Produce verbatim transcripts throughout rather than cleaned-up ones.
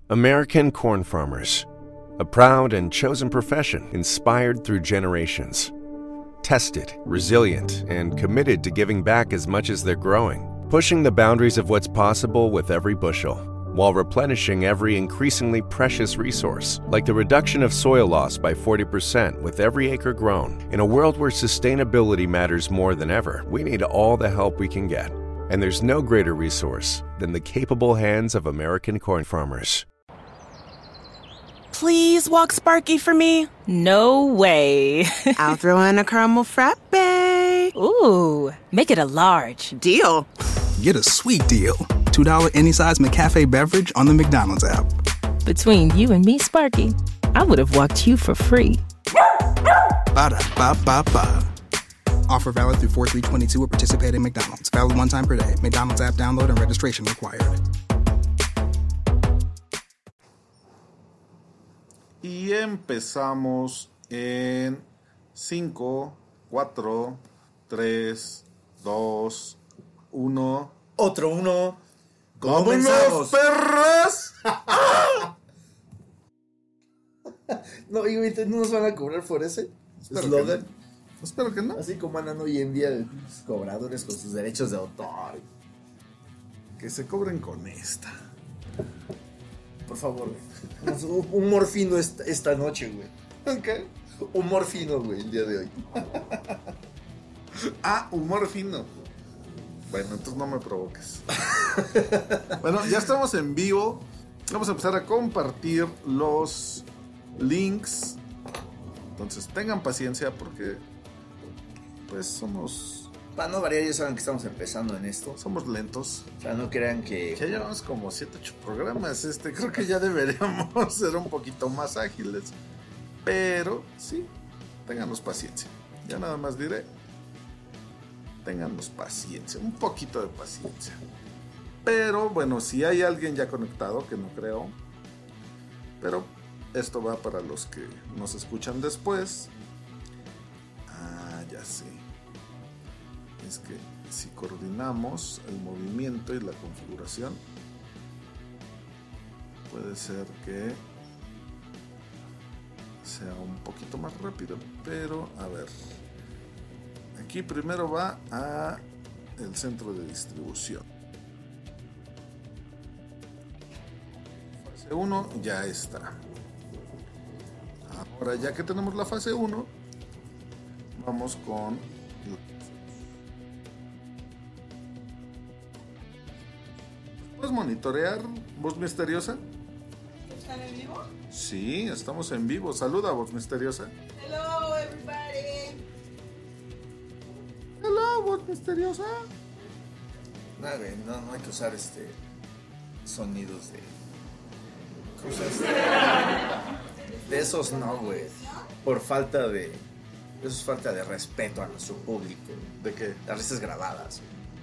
American corn farmers, a proud and chosen profession inspired through generations. Tested, resilient, and committed to giving back as much as they're growing, pushing the boundaries of what's possible with every bushel, while replenishing every increasingly precious resource, like the reduction of soil loss by forty percent with every acre grown. In a world where sustainability matters more than ever, we need all the help we can get. And there's no greater resource than the capable hands of American corn farmers. Please walk Sparky for me. No way. I'll throw in a caramel frappe. Ooh, make it a large. Deal. Get a sweet deal. two dollars any size McCafe beverage on the McDonald's app. Between you and me, Sparky, I would have walked you for free. Ba-da-ba-ba-ba. Offer valid through four three twenty-two at participating McDonald's. Valid one time per day. McDonald's app download and registration required. Y empezamos en cinco, cuatro, tres, dos, uno. Otro uno. ¡Vámonos, perros! No, y ahorita no nos van a cobrar por ese eslogan. Espero que no. Así como andan hoy en día los cobradores con sus derechos de autor. Que se cobren con esta. Por favor, güey. Humor fino esta, esta noche, güey. ¿Qué? Humor fino, güey, el día de hoy. Ah, humor fino. Bueno, entonces no me provoques. Bueno, ya estamos en vivo. Vamos a empezar a compartir los links. Entonces tengan paciencia porque pues somos... Para no variar, ya saben que estamos empezando en esto. Somos lentos. O sea, no crean que... Ya llevamos como siete, ocho programas. Este, creo que ya deberíamos ser un poquito más ágiles. Pero sí, ténganos paciencia. Ya nada más diré. Ténganos paciencia, un poquito de paciencia. Pero bueno, si hay alguien ya conectado, que no creo. Pero esto va para los que nos escuchan después. Ah, ya sé. Es que si coordinamos el movimiento y la configuración, puede ser que sea un poquito más rápido. Pero a ver, aquí primero va a el centro de distribución. Fase uno ya está. Ahora ya que tenemos la fase uno, vamos con... ¿Puedes monitorear, voz misteriosa? ¿Están en vivo? Sí, estamos en vivo. Saluda, voz misteriosa. Hello, everybody. Hello, voz misteriosa. No, güey, no, no hay que usar este sonidos de cosas de, de esos no, güey. Por falta de... Eso es falta de respeto a nuestro público. ¿De qué? Las risas grabadas.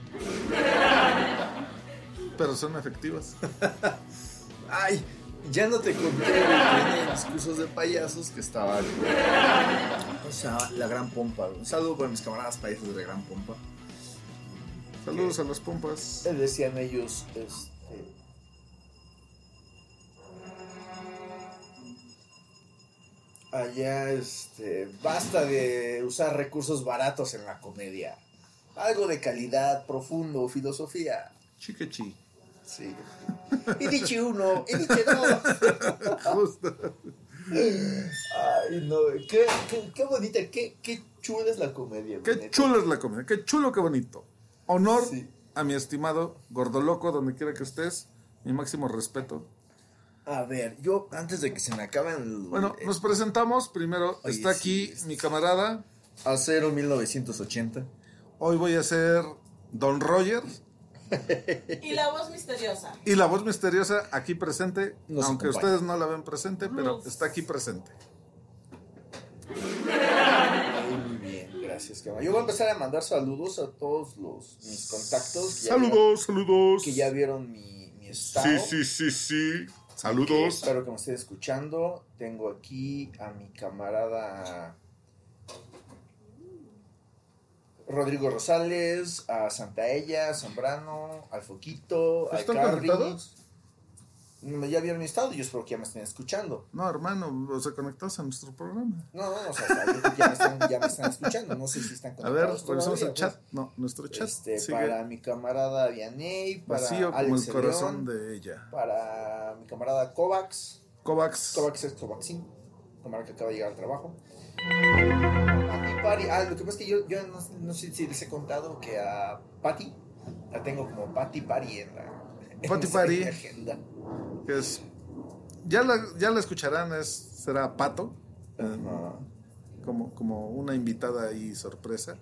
Pero son efectivas. Ay, ya no te conté, güey, que en los cursos de payasos que estaban. O sea, la Gran Pompa. Un saludo para mis camaradas payasos de la Gran Pompa. Saludos a las pompas. Decían ellos, este... Allá, este... Basta de usar recursos baratos en la comedia. Algo de calidad, profundo, filosofía. Chiquechi. Sí. Y diche uno, y diche dos. Justo. Ay, no, qué, qué, qué bonita, qué, qué chula es la comedia. Qué neta. chula es la comedia, qué chulo, qué bonito. Honor Sí. a mi estimado Gordoloco, donde quiera que estés. Mi máximo respeto. A ver, yo antes de que se me acaben... Bueno, eh, nos presentamos. Primero Oye, está sí, aquí este- mi camarada. Acero mil novecientos ochenta. Hoy voy a ser Don Roger. Y la voz misteriosa. Y la voz misteriosa aquí presente. Nos aunque acompaña. ustedes no la ven presente, pero Ruth. está aquí presente. Muy bien, gracias, cabrón. Yo voy a empezar a mandar saludos a todos los mis contactos. Que ya Saludos, vieron, saludos. que ya vieron mi, mi estado. Sí, sí, sí, sí. Que Saludos. espero que me estén escuchando. Tengo aquí a mi camarada Rodrigo Rosales, a Santaella, a Zambrano, al Foquito, al ¿Están Carri. conectados? ya vieron mi estado y yo espero que ya me estén escuchando. No, hermano, o sea, conectados a nuestro programa. No, no, o sea, yo creo que ya me están, ya me están escuchando. No sé si están A conectados. ver, revisamos el todavía, chat. pues. No, nuestro chat Este, sigue para mi camarada Vianey, para vacío como Alex el corazón León, de ella. para mi camarada Kovacs. Kovacs. Kovacs es Kovaxin, camarada que acaba de llegar al trabajo. A mi Pari, ah, lo que pasa es que yo, yo no, no sé si les he contado que a Patty la tengo como Patty Pari en la en Patty esa Pari. agenda. Que es, ya la, ya la escucharán, es, será Pato, Ajá. como, como una invitada ahí sorpresa.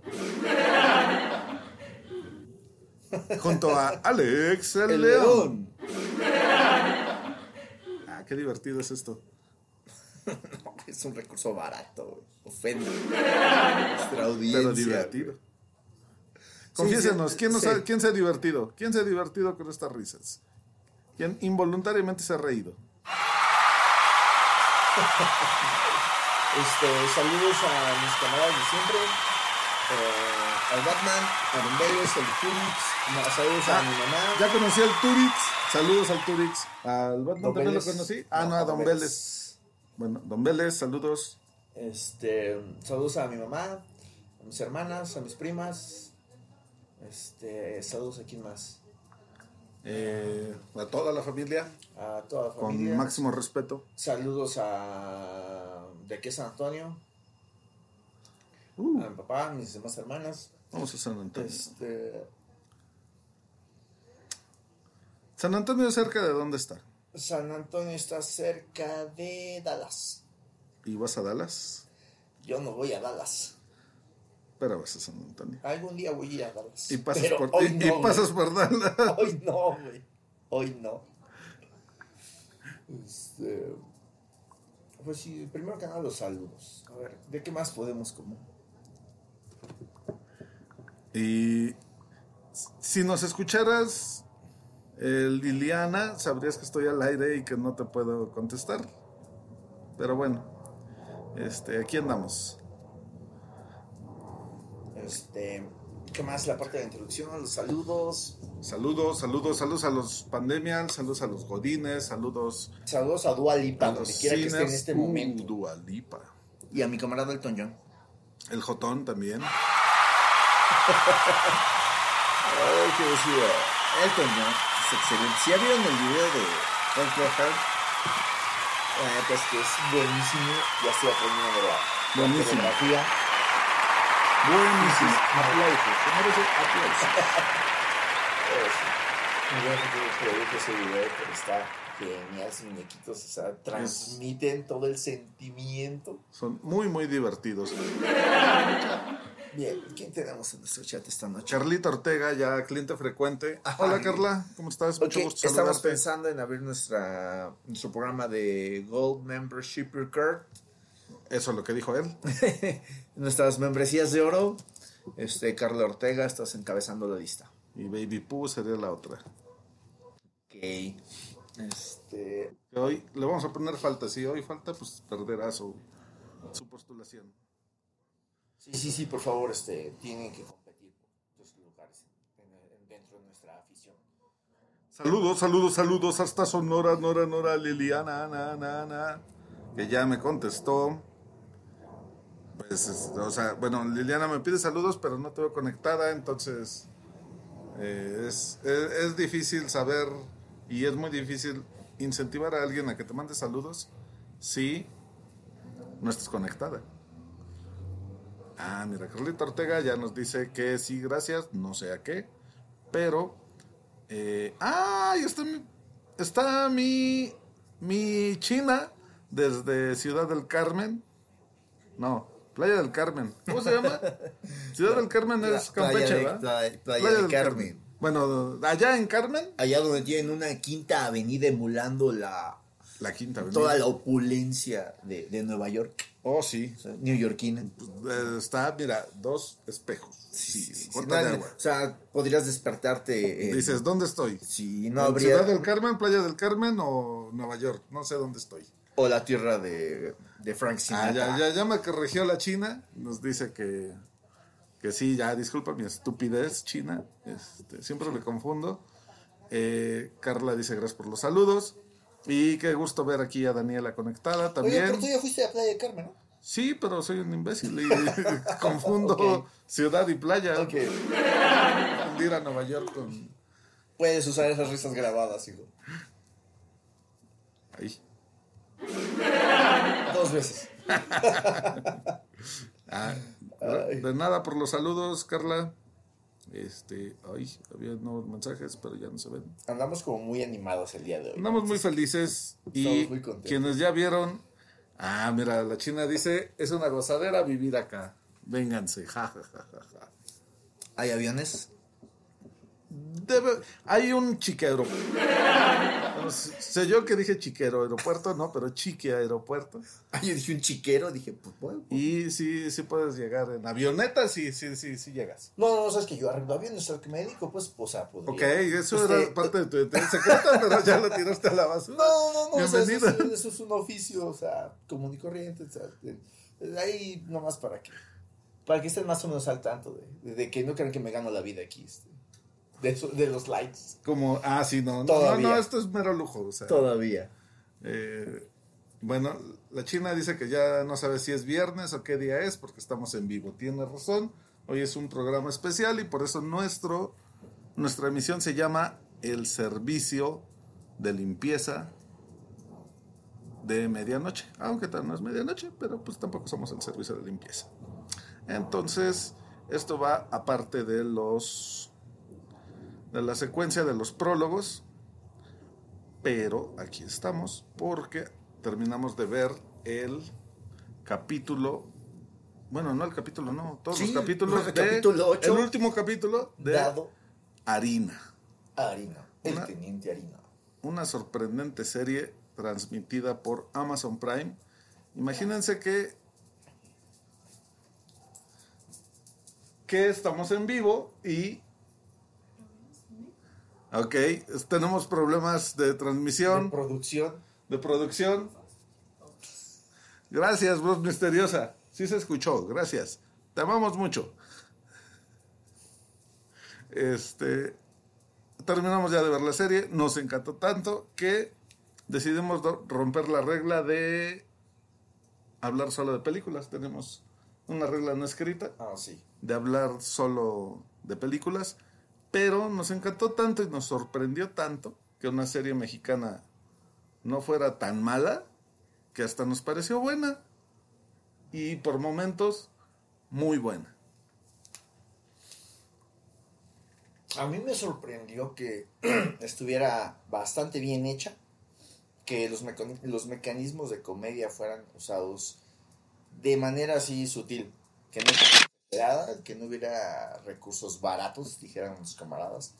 Junto a Alex el, El León. León. Ah, qué divertido es esto. No, es un recurso barato, güey. Ofende nuestra audiencia. Pero divertido. Confiésenos, sí, ¿quién, nos sí. ha, ¿quién se ha divertido? ¿Quién se ha divertido con estas risas? ¿Quién involuntariamente se ha reído? Este, saludos a mis camaradas de siempre. Eh, al Batman, a Don Vélez, al Turix. No, saludos a Ah, mi mamá. Ya conocí al Turix. Saludos al Turix. Al Batman Don también Vélez. lo conocí. Ah, No, no, a Don Don Vélez. Bueno, Don Vélez, saludos. Este, saludos a mi mamá, a mis hermanas, a mis primas. Este, saludos a quién más. Eh, a toda la familia. A toda la Con familia. máximo respeto. Saludos a de aquí a San Antonio. Uh, A mi papá, a mis demás hermanas. vamos a San Antonio. Este, San Antonio, ¿cerca de dónde está? San Antonio está cerca de Dallas. ¿Y vas a Dallas? Yo no voy a Dallas. Pero vas a San Antonio. Algún día voy a ir a Dallas. Y pasas, Pero por, hoy y, no, y güey. pasas por Dallas. Hoy no, güey. Hoy no. Este, pues sí, primero que nada los saludos. A ver, ¿de qué más podemos como? Y si nos escucharas, eh, Liliana, sabrías que estoy al aire y que no te puedo contestar. Pero bueno, este, aquí andamos. Este, ¿qué más? La parte de la introducción, los saludos. Saludos, saludos, saludos a los pandemias, saludos a los godines, saludos Saludos a Dua Lipa, a donde los quiera que esté en Sinners. este Uh, momento. Dua Lipa. Y a mi camarada Elton John. El Jotón también. Ay, qué decía. Elton John es excelente. Si ya vieron el video de Frank Heart, la neta es que es buenísimo. Ya estoy aprendiendo de la Buenísimo. fotografía. Buenísimo. Aplausos. ¿Cómo dice? Aplausos. Muy bueno que produje ese video, pero está genial. Esos muñequitos, o sea, transmiten todo el sentimiento. Son muy, muy divertidos. Bien, ¿quién tenemos en nuestro chat esta noche? Carlita Ortega, ya cliente frecuente. Hola, Carla, ¿cómo estás? Mucho Ok, gusto estamos saludarte. pensando en abrir nuestra, nuestro programa de Gold Membership Card. Eso es lo que dijo él. Nuestras membresías de oro. Este, Carla Ortega, estás encabezando la lista. Y Baby Pooh sería la otra. Ok. Este. Que hoy le vamos a poner falta. Si hoy falta, pues perderá su, su postulación. Sí, sí, sí, por favor, este, tienen que competir por sus lugares en, en, dentro de nuestra afición. Saludos, saludos, saludos hasta Sonora, Nora, Nora, Liliana, Ana, Ana, Ana, que ya me contestó. Pues, es- o sea, bueno, Liliana me pide saludos, pero no te veo conectada, entonces eh, es, es, es difícil saber y es muy difícil incentivar a alguien a que te mande saludos si no estás conectada. Ah, mira, Carlita Ortega ya nos dice que sí, gracias, no sé a qué, pero... Eh, ¡ah! Está mi, está mi, mi China desde Ciudad del Carmen. No, Playa del Carmen. ¿Cómo se llama? Ciudad del Carmen es Campeche, de- ¿verdad? Playa, Playa del Carmen. Bueno, allá en Carmen, Allá donde tienen una quinta avenida emulando la la quinta avenida. toda la opulencia de, de Nueva York, Oh, sí. o sea, neoyorquina. Eh, está, mira, dos espejos. Sí, Sí, gota de nadie- agua. o sea, podrías despertarte. en- Dices, ¿dónde estoy? si no ¿En habría. Ciudad del Carmen, Playa del Carmen o Nueva York? No sé dónde estoy. O la tierra de, de Frank Ah, Sinatra. ya, ya, ya me corrigió la China. Nos dice que, que sí, ya, disculpa mi estupidez, China. Este, siempre me confundo. Eh, Carla dice gracias por los saludos. Y qué gusto ver aquí a Daniela conectada también. Oye, pero tú ya fuiste a Playa del Carmen, ¿no? Sí, pero soy un imbécil y confundo Ok. ciudad y playa. Ok. Confundir a Nueva York con... Puedes usar esas risas grabadas, hijo. Ahí. Dos veces. Ah, de, de nada por los saludos, Carla. Este, ay, había nuevos mensajes, pero ya no se ven. Andamos como muy animados el día de hoy. Andamos muy felices y Estamos muy contentos. quienes ya vieron, ah, mira, la China dice, es una gozadera vivir acá. Vénganse, ja, ja, ja, ja, ja. ¿Hay aviones? Debe- hay un chiquero. Bueno, sé sé yo que dije chiquero aeropuerto, no, pero chique aeropuerto. Ah, yo dije un chiquero, dije, pues bueno. Y sí, sí puedes llegar en avioneta, sí, sí, sí, sí llegas. No, no, sabes que yo arreglo aviones, al que me dedico, pues, o sea, podría. Ok, eso Este, era parte de tu identidad secreta, pero ya lo tiraste a la basura. No, no, no, o sea, eso, Bienvenido. es- eso es un oficio, o sea, común y corriente, o sea, de- de ahí nomás para que, para que estén más o menos al tanto de, de, de que no crean que me gano la vida aquí, este, de, eso- de los likes. Como, ah, sí, no, no, Todavía. no, esto es mero lujo, o sea. Todavía. Eh, bueno, la China dice que ya no sabe si es viernes o qué día es, porque estamos en vivo. Tiene razón, hoy es un programa especial y por eso nuestro, nuestra emisión se llama El Servicio de Limpieza de Medianoche. Aunque tal no es medianoche, pero pues tampoco somos el servicio de limpieza. Entonces, esto va aparte de los de la secuencia de los prólogos, pero aquí estamos porque terminamos de ver el capítulo, bueno, no el capítulo, no, todos Sí, los capítulos el de capítulo ocho. el último capítulo de Dado Harina, a Harina, el Una- teniente Harina. una sorprendente serie transmitida por Amazon Prime. Imagínense que que estamos en vivo y ok, es- tenemos problemas de transmisión, De producción. de producción. Gracias, voz misteriosa. Sí se escuchó, gracias. Te amamos mucho. Este, terminamos ya de ver la serie, nos encantó tanto que decidimos do- romper la regla de hablar solo de películas. Tenemos una regla no escrita Ah, sí. de hablar solo de películas, pero nos encantó tanto y nos sorprendió tanto que una serie mexicana no fuera tan mala que hasta nos pareció buena y por momentos muy buena. A mí me sorprendió que estuviera bastante bien hecha, que los, mecan- los mecanismos de comedia fueran usados de manera así sutil, que no fuera exagerada, que no hubiera recursos baratos, dijeran los camaradas.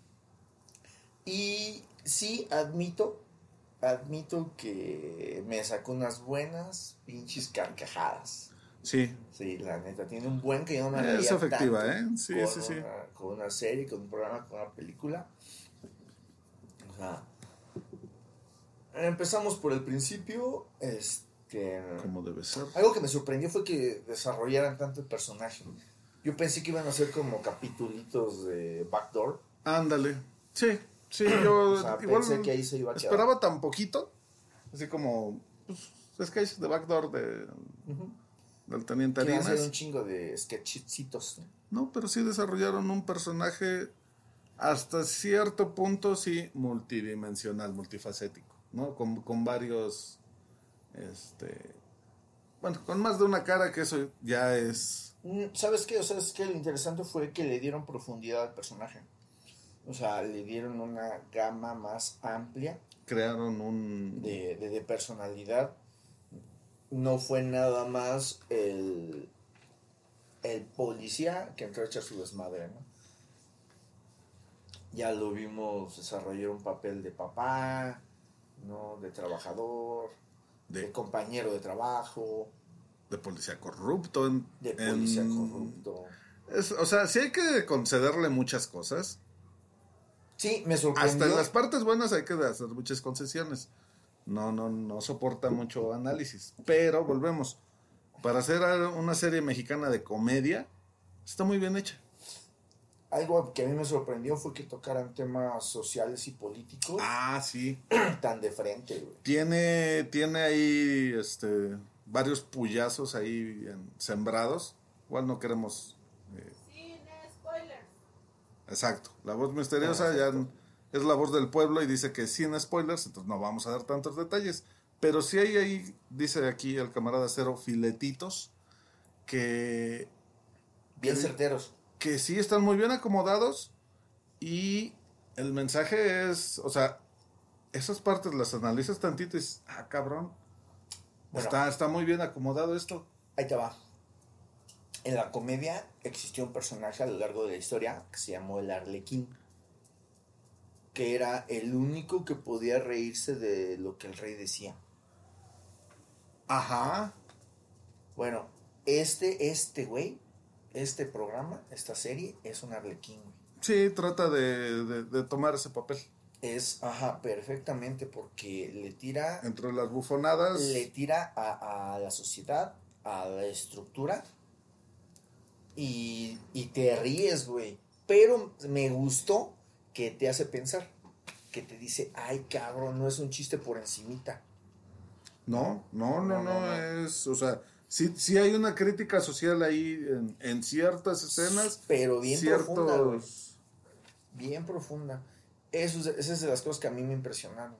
Y sí, admito, admito que me sacó unas buenas pinches carcajadas. Sí, Sí, la neta, tiene un buen que yo no me es reía efectiva, tanto ¿eh? Sí, con sí, sí. una- con una serie, con un programa, con una película. O sea, empezamos por el principio. Este, Como debe ser. algo que me sorprendió fue que desarrollaran tanto el personaje. Yo pensé que iban a ser como capitulitos de Backdoor. Ándale. Sí, sí, yo O sea, igual pensé que ahí se iba a quedar. esperaba tan poquito, así como pues, sketch de backdoor de, Ujú. del Teniente Que iban a ser un Harinas. chingo de sketchitos, ¿no? No, pero sí desarrollaron un personaje hasta cierto punto, sí, multidimensional, multifacético, ¿no? Con, con varios, este, bueno, con más de una cara, que eso ya es, Mm, ¿Sabes qué? O sea, es que lo interesante fue que le dieron profundidad al personaje. O sea, le dieron una gama más amplia crearon un... de, de, de personalidad. No fue nada más el, el policía que entró a echar su desmadre, ¿no? Ya lo vimos desarrollar un papel de papá, ¿no? De trabajador, de, de, compañero de trabajo, de policía corrupto. En, de policía en- corrupto. es- o sea, sí hay que concederle muchas cosas. Sí, me sorprendió. Hasta en las partes buenas hay que hacer muchas concesiones. No, no, no soporta mucho análisis. Pero volvemos. Para hacer una serie mexicana de comedia, está muy bien hecha. algo que a mí me sorprendió fue que tocaran temas sociales y políticos Ah, sí. tan de frente, güey. Tiene, tiene ahí este, varios puyazos ahí en- sembrados. Igual no queremos... eh, Sin spoilers. exacto. La voz misteriosa Ah, ya exacto. es la voz del pueblo y dice que sin spoilers, entonces no vamos a dar tantos detalles. Pero sí hay ahí, dice aquí el camarada Cero, filetitos que, Bien que- certeros. que sí están muy bien acomodados y el mensaje es, o sea, esas partes las analizas tantito y dices, ah, cabrón, Bueno. está, está muy bien acomodado esto. Ahí te va. En la comedia existió un personaje a lo largo de la historia que se llamó el Arlequín, que era el único que podía reírse de lo que el rey decía. Ajá. Bueno, este, este güey, este programa, esta serie, es un Arlequín, güey. Sí, trata de, de, de tomar ese papel. Es, ajá, perfectamente, porque le tira, Entre las bufonadas. le tira a, a la sociedad, a la estructura, y, y te ríes, güey. Pero me gustó que te hace pensar, que te dice, ay, cabrón, no es un chiste por encimita. No, no, no, No, no, no, no. es, o sea, sí, sí hay una crítica social ahí en, en ciertas escenas, Pero bien ciertos, profunda, güey. Bien profunda. Eso es, esa es de las cosas que a mí me impresionaron.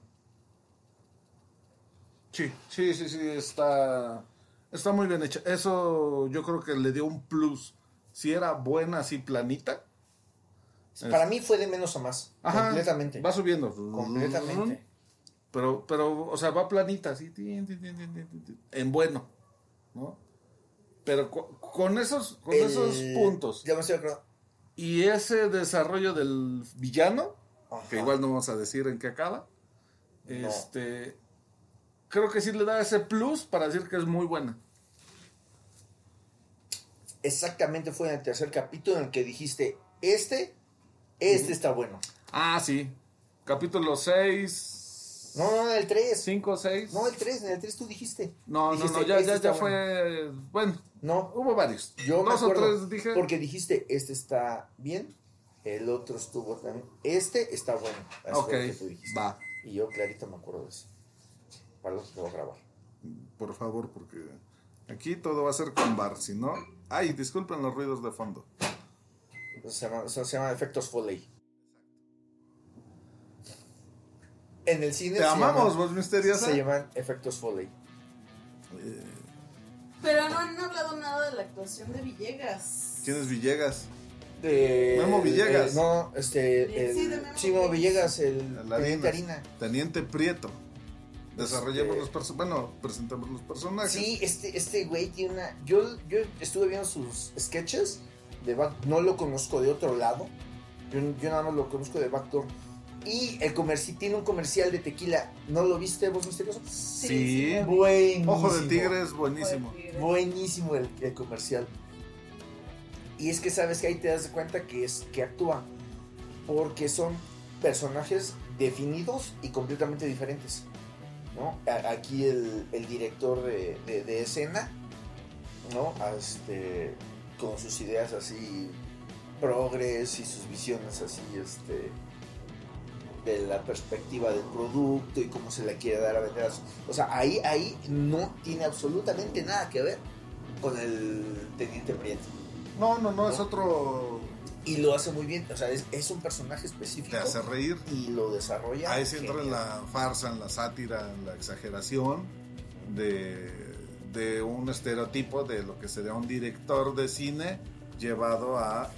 sí, sí, sí, sí, está, está muy bien hecha. Eso yo creo que le dio un plus. Si era buena así planita, Para mí fue de menos a más. ajá, completamente. va subiendo, Completamente. pero, pero, o sea, va planita, así, tin, tin, tin, tin, tin, tin, en bueno, ¿no? Pero co- con esos, con El- esos puntos. Ya me estoy acordando. Y ese desarrollo del villano, Ajá. que igual no vamos a decir en qué acaba, No. este, creo que sí le da ese plus para decir que es muy buena. Exactamente fue en el tercer capítulo en el que dijiste, este, este está bueno. Ah, sí. Capítulo seis. No, no, en el tres. cinco, seis. No, el tres, en el tres tú dijiste. No, no, Dijiste, no, ya, este ya, está ya bueno. fue. Bueno, No, hubo varios. yo me Dos o acuerdo, tres dije. porque dijiste, este está bien, el otro estuvo también, este está bueno. Eso Ok, fue lo que tú dijiste. va. Y yo clarito me acuerdo de eso. Para lo que voy a grabar. Por favor, porque aquí todo va a ser con bar, si no. Ay, disculpen los ruidos de fondo. Eso se llama, eso se llama efectos Foley. En el cine Te se amamos, llaman- voz misteriosa. se llaman efectos Foley. Pero no han hablado nada de la actuación de Villegas. ¿Quién es Villegas? De, Memo Villegas. eh, no, este. El, Sí, de Memo sí, Memo Villegas. Villegas, el La Teniente Harina. Harina. Teniente Prieto. Desarrollemos Este- los personajes. Bueno, presentamos los personajes. Sí, este, este güey tiene una. Yo, yo estuve viendo sus sketches de Back, no lo conozco de otro lado. Yo, yo nada más lo conozco de Backdoor. Y el comercial tiene un comercial de tequila. ¿No lo viste, vos misterioso? Sí. sí, sí. Buenísimo. Ojo de tigre es buenísimo. Buenísimo el, el comercial. Y es que sabes que ahí te das de cuenta que es que actúa. Porque son personajes definidos y completamente diferentes. ¿No? A- Aquí el, el director de, de- de escena, ¿no? A Este, con sus ideas así progres y sus visiones así, este, de la perspectiva del producto y cómo se la quiere dar a vender a su- o sea, ahí, ahí no tiene absolutamente nada que ver con el Teniente Prieto. No, no, no, es otro. Y lo hace muy bien, o sea, es, es un personaje específico Te hace reír. y lo desarrolla. Ahí se entra en genial. la farsa, en la sátira, en la exageración de, de un estereotipo de lo que sería un director de cine llevado a,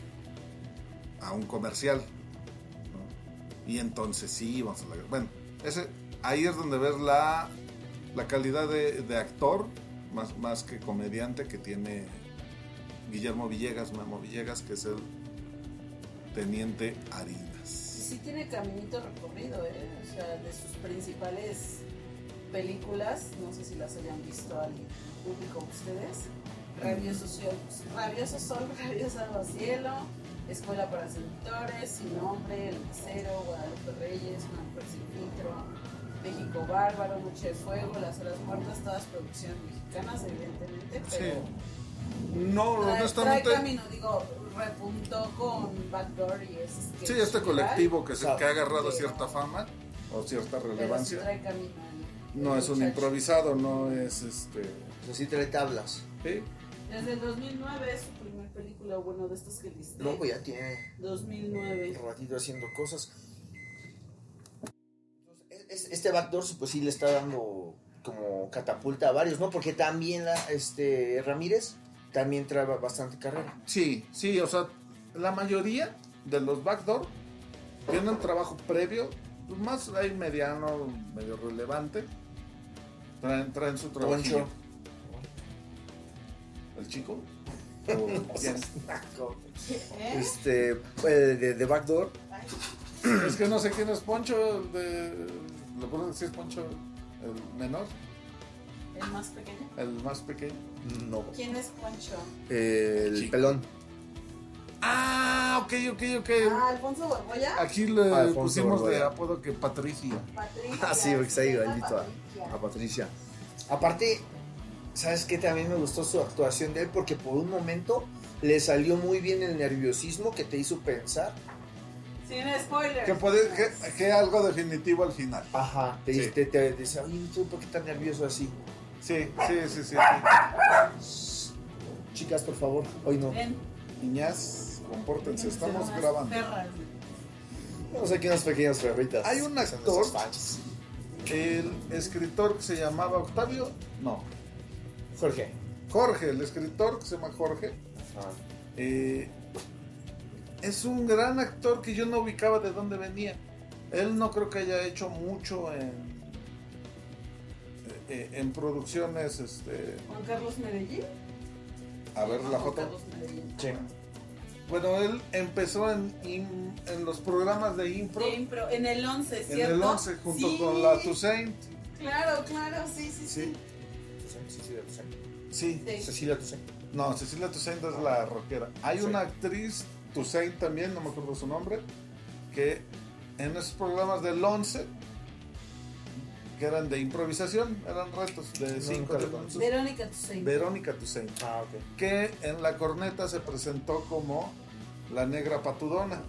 a un comercial, ¿no? Y entonces sí, vamos a la... Bueno, ese, ahí es donde ves la, la calidad de, de actor, más, más que comediante, que tiene Guillermo Villegas, Memo Villegas, que es el Teniente Harinas. Sí tiene caminito recorrido, ¿eh? O sea, de sus principales películas, no sé si las hayan visto al público ustedes. Rabioso Sol, Rabioso Sol, Rabioso Cielo, Escuela para Seductores, Sin Nombre, El Mesero, Guadalupe Reyes, Una Mujer Sin Filtro, México Bárbaro, Noche de Fuego, Las Horas Muertas, todas producciones mexicanas, evidentemente, pero No, trae, honestamente... trae camino, digo, repuntó con Backdoor y es sketch Sí, este colectivo que, se, Claro. que ha agarrado Sí. cierta fama o cierta pero sí relevancia. trae camino el- No el es un muchacho. improvisado, no es este. O sea, sí trae tablas. ¿Sí? Desde el dos mil nueve es su primer película, bueno, de estos que listé. No, pues ya tiene dos mil nueve. un ratito haciendo cosas. Entonces, es- este backdoor pues sí le está dando como catapulta a varios, ¿no? Porque también la, este Ramírez también trae bastante carrera. Sí, sí, o sea, la mayoría de los backdoor tienen trabajo previo, pues más hay mediano, medio relevante. Traen, traen su trabajo. Poncho. ¿El chico? ¿O quién? ¿Eh? Este, eh, de, de backdoor. Es que no sé quién es Poncho, el de... ¿Lo puedo decir Poncho? ¿El menor? El más pequeño. ¿El más pequeño? No. ¿Quién es Poncho? El Chico. pelón. Ah, ok, ok, ok. Ah, Alfonso Borbolla. Aquí le Alfonso pusimos de Borbolla. apodo que Patricia. Patricia. Ah, sí, porque está se llama igualito a, Patricia. a Patricia. Aparte, ¿sabes qué? También me gustó su actuación de él porque por un momento le salió muy bien el nerviosismo que te hizo pensar. Sin spoilers. Que, puede, que, que algo definitivo al final. Ajá, te, Sí. te, te, te decía, oye, ¿tú por qué estás nervioso así? Sí, sí, sí, sí. sí. Chicas, por favor, hoy no. Ven. Niñas, compórtense, estamos Son unas grabando. perras. Vamos aquí unos pequeños perritas. Hay un Son actor. nuestros fans. El escritor que se llamaba Octavio, no, Jorge. Jorge, el escritor que se llama Jorge, eh, es un gran actor que yo no ubicaba de dónde venía. Él no creo que haya hecho mucho en, eh, en producciones, este, Juan Carlos Medellín. a ver la Juan foto. Carlos Medellín. Sí. Bueno, él empezó en, im- en los programas de impro, De impro, en el once, en ¿cierto? el once, junto Sí. con la Toussaint. Claro, claro, sí, sí, sí. Sí, Cecilia Toussaint. sí. Sí. Cecilia Toussaint. No, Cecilia Toussaint es la rockera. Hay Sí. una actriz, Toussaint también, no me acuerdo su nombre, que en esos programas del once, que eran de improvisación, eran retos de No, cinco nunca lo minutos. Verónica Toussaint. Verónica Toussaint, Ah, ok. que en la corneta se presentó como la negra patudona.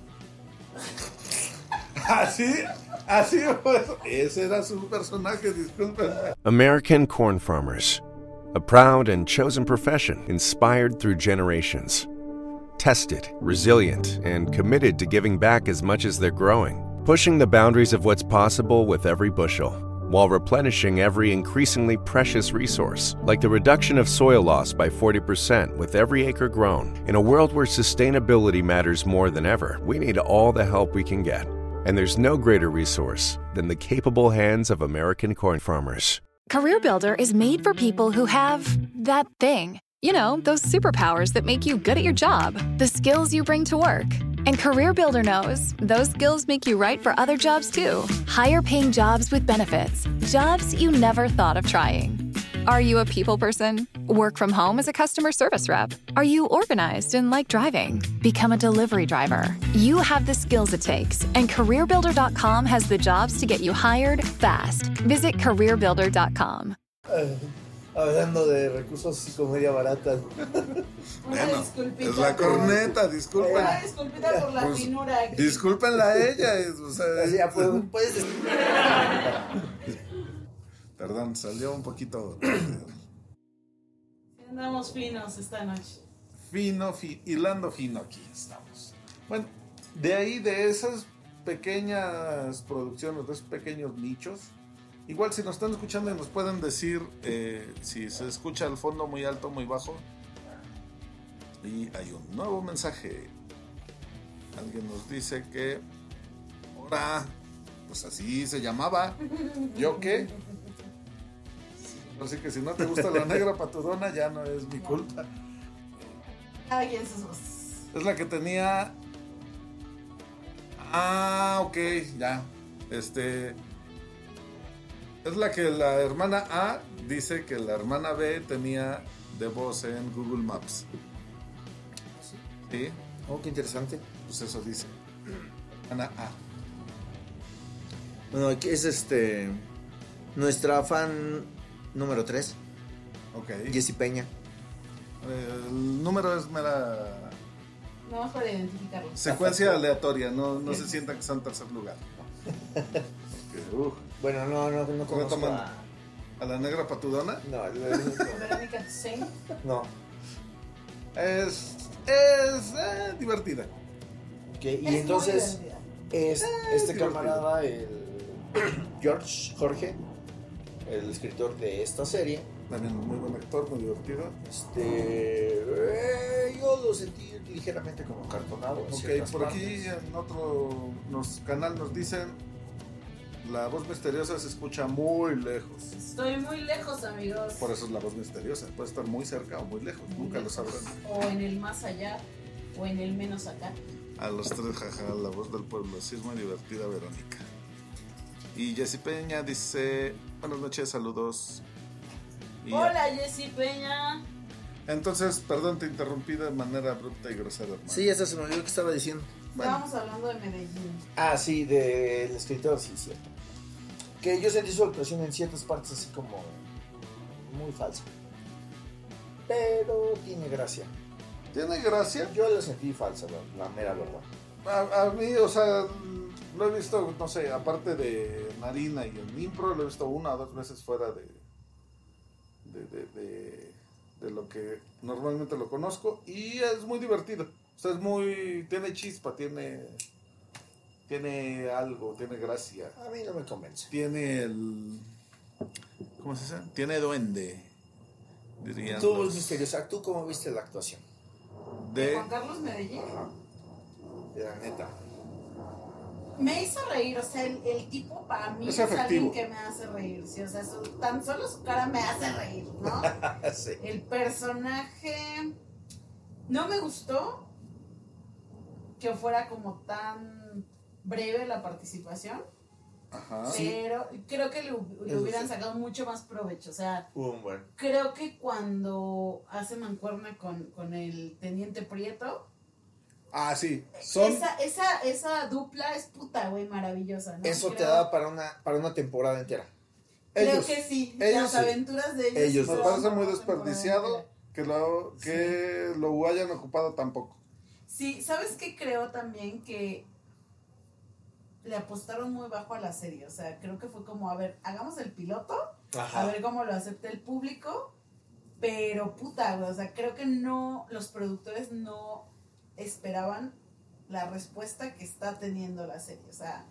Así, así pues, ese era su personaje, disculpen. American Corn Farmers, a proud and chosen profession inspired through generations. Tested, resilient, and committed to giving back as much as they're growing, pushing the boundaries of what's possible with every bushel, while replenishing every increasingly precious resource, like the reduction of soil loss by forty percent with every acre grown. In a world where sustainability matters more than ever, we need all the help we can get. And there's no greater resource than the capable hands of American corn farmers. CareerBuilder is made for people who have that thing. You know, those superpowers that make you good at your job, the skills you bring to work. And CareerBuilder knows those skills make you right for other jobs too. Higher paying jobs with benefits, jobs you never thought of trying. Are you a people person? Work from home as a customer service rep? Are you organized and like driving? Become a delivery driver. You have the skills it takes, and career builder dot com has the jobs to get you hired fast. Visit career builder dot com. Eh, hablando de recursos y comedia barata. Una disculpita. Es la corneta, disculpen. Una disculpita por la Pues, finura aquí. Discúlpenla a ella. es- O sea, Así ya puedes, puedes Perdón, salió un poquito Andamos finos esta noche. fino, fi- hilando fino aquí estamos. Bueno, de ahí, de esas pequeñas producciones, de esos pequeños nichos, igual si nos están escuchando y nos pueden decir eh, si se escucha al fondo muy alto, muy bajo. Y hay un nuevo mensaje. Alguien nos dice que ahora, pues así se llamaba. ¿Yo qué? Así que si no te gusta la negra patudona, ya no es mi culpa. Ay, en sus voces. Es la que tenía. Ah, ok, ya. Este. Es la que la hermana A dice que la hermana B tenía de voz en Google Maps. Sí, Oh, qué interesante. pues eso dice. Hermana A. Bueno, aquí es este. Nuestra fan número tres, Ok. Jessie Peña. El número es mera nada más para identificarlo. Secuencia aleatoria, no, no se sientan que son tercer lugar. Porque, uh, Bueno, no, no, no conozco Retomando. a... ¿A la negra patudona? No, el- el- Verónica Toussaint. no. Es, es eh, divertida. Ok, y Es entonces muy divertida. es este divertido. camarada, el George Jorge, el escritor de esta serie. También muy buen actor, muy divertido. Este, eh, yo lo sentí ligeramente como cartonado. en Ok, ciertas por aquí partes. en otro nos, canal nos dicen la voz misteriosa se escucha muy lejos. Estoy muy lejos, amigos. Por eso es la voz misteriosa. Puede estar muy cerca o muy lejos, nunca lo sabrán. O en el más allá, o en el menos acá. A los tres, jaja, la voz del pueblo. Sí, es muy divertida, Verónica. Y Jessy Peña dice: buenas noches, saludos. Y Hola, Jessy Peña. entonces, perdón, te interrumpí de manera abrupta y grosera, hermano. Sí, esa se me olvidó que estaba diciendo. Bueno. Estábamos hablando de Medellín. Ah, sí, del escritor, sí, cierto. Que yo sentí su actuación en ciertas partes así como muy falsa. Pero tiene gracia. ¿Tiene gracia? Yo la sentí falsa, la, la mera verdad. A, a mí, o sea, lo he visto, no sé, aparte de Narina y en Impro, lo he visto una o dos veces fuera de, de, de, de, de lo que normalmente lo conozco y es muy divertido. O sea, es muy, tiene chispa, tiene, tiene algo, tiene gracia, A mí no me convence. tiene el, ¿cómo se dice? Tiene duende, dirían Tú, los- misteriosa, ¿tú cómo viste la actuación? de, Juan Carlos Medellín. De la neta. Me hizo reír, o sea, el, el tipo para mí Es es, alguien efectivo. que me hace reír, sí, o sea, su- tan solo su cara me hace reír, ¿no? Sí. El personaje no me gustó que fuera como tan breve la participación, ajá, pero creo que le, hu- le Eso hubieran sí. sacado mucho más provecho, o sea, Un buen. creo que cuando hace mancuerna con, con el Teniente Prieto, ah, sí, son, esa, esa, esa dupla es puta, güey, maravillosa, ¿no? Eso te Creo- da para una, para una temporada entera. Creo Ellos, que sí, ellos las sí. aventuras de ellos. Ellos sí me dos. son parece muy una desperdiciado temporada que lo, que lo hayan ocupado tampoco. Sí, ¿sabes qué? Creo también que le apostaron muy bajo a la serie. O sea, creo que fue como, a ver, hagamos el piloto, Ajá. a ver cómo lo acepta el público. Pero puta, güey, o sea, creo que no, los productores no esperaban la respuesta que está teniendo la serie. O sea,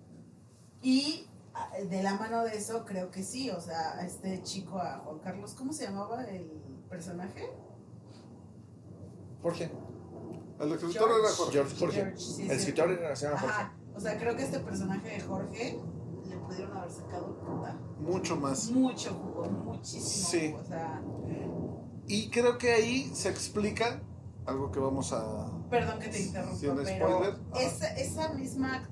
y a- de la mano de eso creo que sí. O sea, a este chico, a Juan Carlos, ¿cómo se llamaba el personaje? Jorge. El escritor George. era Jorge. George Jorge. George, sí, el sí. escritor era, se llama Jorge. Ajá, o sea, creo que este personaje de Jorge le pudieron haber sacado puta, Mucho más. mucho jugo, muchísimo Sí. jugo, o sea, Y creo que ahí se explica algo que vamos a... perdón que te interrumpa, Sin pero spoiler, ajá. esa, esa misma,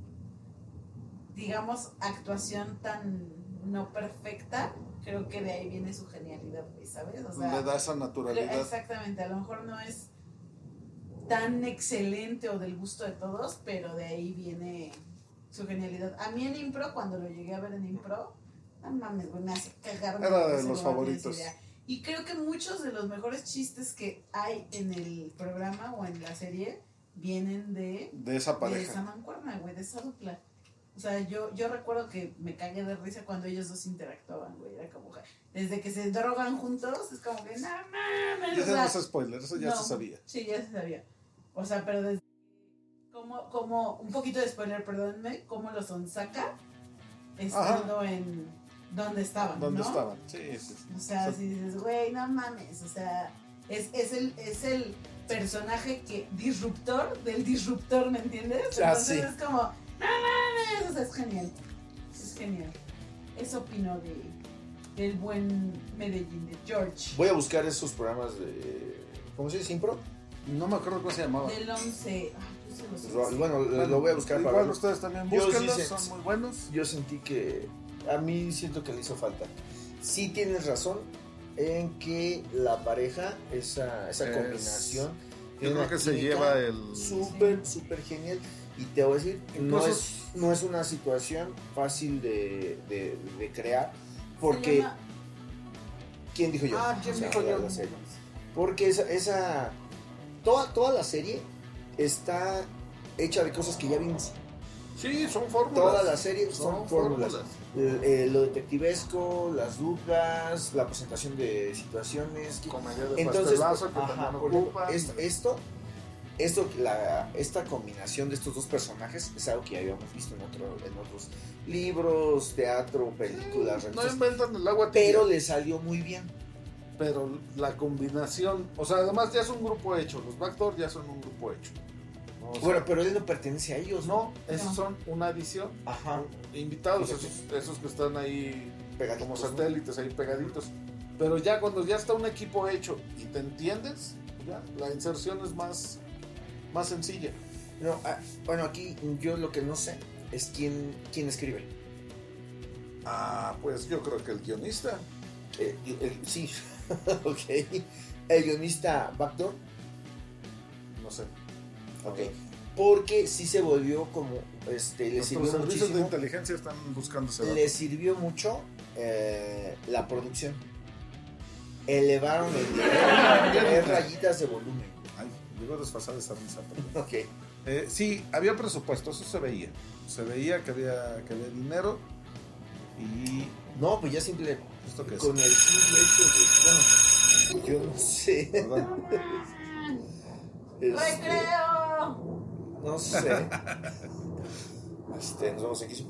digamos, actuación tan no perfecta, creo que de ahí viene su genialidad, güey, ¿sabes? O sea, le da esa naturalidad. exactamente, a lo mejor no es tan excelente o del gusto de todos, pero de ahí viene su genialidad. A mí en Impro, cuando lo llegué a ver en Impro, no mames, güey, me hace cagar. Era de risa, los no tienes favoritos. idea. Y creo que muchos de los mejores chistes que hay en el programa o en la serie vienen de, De esa de esa pareja. mancuerna, güey, de esa dupla. O sea, yo, yo recuerdo que me cagué de risa cuando ellos dos interactuaban, güey. Era como, desde que se drogan juntos, es como que, no mames. Y o ese sea, no es spoiler, eso ya no, se sabía. Sí, ya se sabía. O sea, pero desde como, como un poquito de spoiler, perdónenme, cómo los sonsaca estando en donde estaban, ¿Dónde ¿no? estaban? Sí, sí, sí. O sea, O sea, si dices, güey, no mames, o sea, es, es, el, es el personaje que disruptor del disruptor, ¿me entiendes? Ah, Entonces sí. es como, no mames, o sea, es genial, es genial. Eso opino de, del buen Medellín, de George, Voy a buscar esos programas de... ¿Cómo se dice? ¿Impro? no me acuerdo cómo se llamaba. del once. Ay, yo se los Pues, Bueno, lo- lo voy a buscar igual para verlo. ustedes también Yo sí búsquenlos, sé- son muy buenos. Yo sentí que... A mí siento que le hizo falta. Sí tienes razón en que la pareja, esa, esa Es- combinación... Yo tiene creo una que se química lleva el... Súper, súper genial. Y te voy a decir, no Incluso- es, no es una situación fácil de, de, de crear. Porque... Se llama- ¿Quién dijo yo? Ah, ¿quién O sea, dijo la- yo? la serie. Porque esa, esa toda, toda la serie está hecha de cosas que ya vimos. Sí, son fórmulas. Todas las series son, Son fórmulas. fórmulas. Eh, eh, lo detectivesco, las dudas, la presentación de situaciones. que- Comedia de Entonces, pastelazo que ajá, también por ejemplo, ocupan. es- esto, esto la, esta combinación de estos dos personajes es algo que ya habíamos visto en, otro, en otros libros, teatro, películas, No revistas, inventan el agua tibia. pero le salió muy bien. Pero la combinación, o sea, además ya es un grupo hecho. Los Backdoor ya son un grupo hecho. ¿no? O sea, Bueno, pero él no pertenece a ellos, ¿no? no, esos son una adición. Ajá. Invitados, Fíjate. esos, esos que están ahí Pegaditos, como ¿no? satélites, ahí pegaditos. Pero ya cuando ya está un equipo hecho y te entiendes, ya la inserción es más, más sencilla. No, ah, bueno, aquí yo lo que no sé es quién, quién escribe. Ah, pues yo creo que el guionista. Eh, el- el- sí, ok. El guionista Backdoor, No sé. ok. Porque sí se volvió como, este, le Nuestros sirvió servicios de muchísimo, inteligencia están buscando ese dato. le sirvió mucho eh, la producción. Elevaron el nivel, tres rayitas de volumen. Ay, llegó desfasada esa risa. perdón. Ok. Eh, sí, había presupuesto, eso se veía. Se veía que había, que había dinero. Y No, pues ya simple, ¿esto qué es? con el simple hecho de, bueno, yo no sé, Perdón. este, ¡Recreo! no sé, este, nos vamos aquí.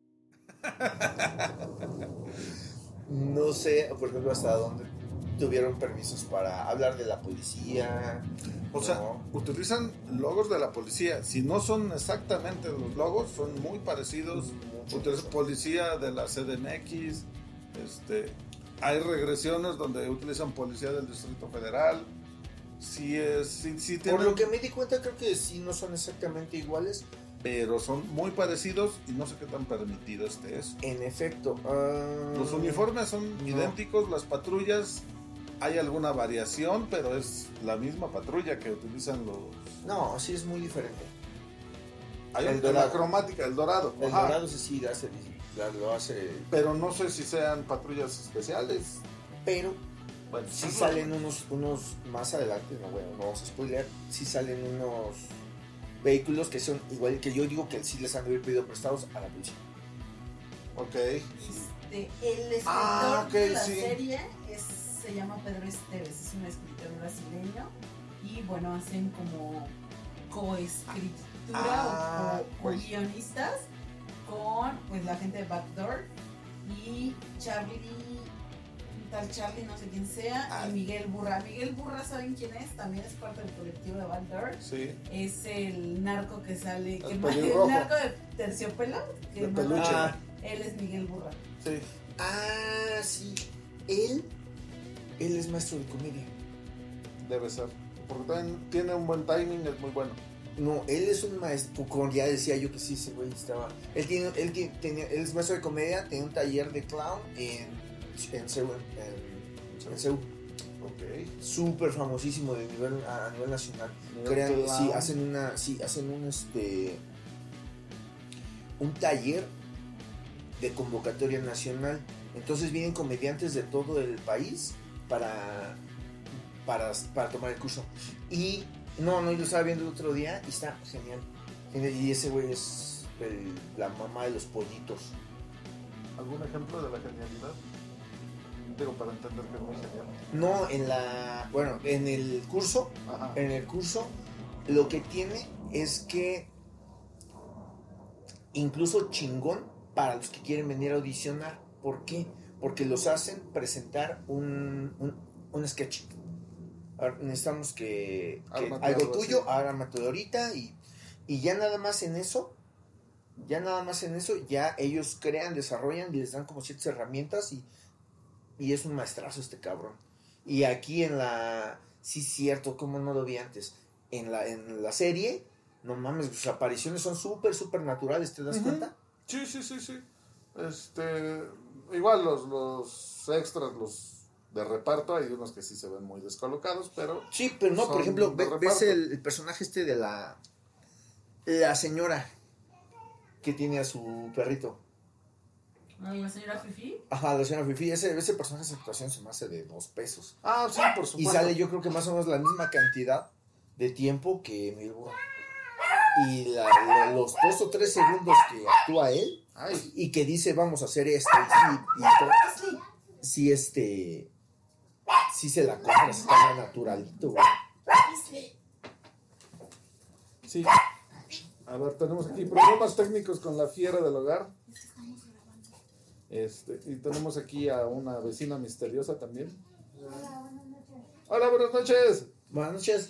No sé, por ejemplo, hasta dónde tuvieron permisos para hablar de la policía. O sea, ¿no? utilizan logos de la policía. Si no son exactamente los logos, son muy parecidos. Mucho. Utilizan policía de la C D M X. Este, hay regresiones donde utilizan policía del Distrito Federal. Sí es, sí, sí Por tienen, lo que me di cuenta, creo que sí no son exactamente iguales. pero son muy parecidos y no sé qué tan permitido esté eso. En efecto, ah, Los uniformes son no. idénticos, las patrullas hay alguna variación, pero es la misma patrulla que utilizan los. No, sí es muy diferente. Hay El un- dorado. la cromática, el dorado. El ajá. dorado sí, sí hace, la- lo hace, Pero no sé si sean patrullas especiales. pero Bueno, sí no, salen unos, unos más adelante, no, bueno, no vamos a spoilear, sí salen unos vehículos que son igual que yo digo que sí les han de haber pedido prestados a la policía. Ok. Este, el escritor Ah, ok, de la sí. serie es, se llama Pedro Esteves, es un escritor brasileño y bueno, hacen como coescritura Ah, o güey. guionistas con pues la gente de Backdoor y Charlie, un tal Charlie, no sé quién sea, Ah. y Miguel Burra. Miguel Burra, ¿saben quién es? También es parte del colectivo de Backdoor. Sí. Es el narco que sale, que El ma- el pelirrojo. narco de terciopelo, que De mata- peluche. Ah. él es Miguel Burra. Sí. Ah, sí, él, él es maestro de comedia. Debe ser. Porque también tiene un buen timing, es muy bueno. No, él es un maestro, como ya decía yo que sí, ese güey estaba, él tiene, él tiene, tenía, él es maestro de comedia, tiene un taller de clown en, en Seúl, en, en Seúl. Ok. Súper famosísimo de nivel, a, a nivel nacional. Nivel Crean, clown. sí, hacen una, sí, hacen un este un taller de convocatoria nacional. Entonces vienen comediantes de todo el país para, para, para tomar el curso. Y no, no, yo lo estaba viendo el otro día y está genial. Genial, y ese güey es el- la mamá de los pollitos. ¿Algún ejemplo de la genialidad? Digo, para entender que es muy genial. No, en la, bueno, en el curso, Ajá. en el curso, lo que tiene es que incluso chingón para los que quieren venir a audicionar. ¿Por qué? Porque los hacen presentar un, un, un sketch. Ahora, necesitamos que, que Ármate algo algo tuyo, así. ármatelo ahorita y, y ya nada más en eso, ya nada más en eso, ya ellos crean, desarrollan y les dan como ciertas herramientas y, y es un maestrazo este cabrón. Y aquí en la, sí cierto, como no lo vi antes, en la, en la serie, no mames, sus apariciones son súper, súper naturales, ¿te das Ujú. cuenta? Sí, sí, sí, sí. Este, igual los, los extras, los de reparto, hay unos que sí se ven muy descolocados, pero Sí, pero no, por Son ejemplo, de ve- reparto. ves el, el personaje este de la, la señora que tiene a su perrito. Ay, la señora Fifi. Ajá, la señora Fifi, ese, ese personaje, esa actuación se me hace de dos pesos. ah, sí, por Y supuesto. sale yo creo que más o menos la misma cantidad de tiempo que Miguel Burra. y la, los dos o tres segundos que actúa él, Ay. y que dice, vamos a hacer esto, y, y todo, sí, este, sí se la compra, está más naturalito, güey. Sí. A ver, tenemos aquí problemas técnicos con la fiera del hogar. Este, y tenemos aquí a una vecina misteriosa también. Hola, buenas noches. Buenas noches.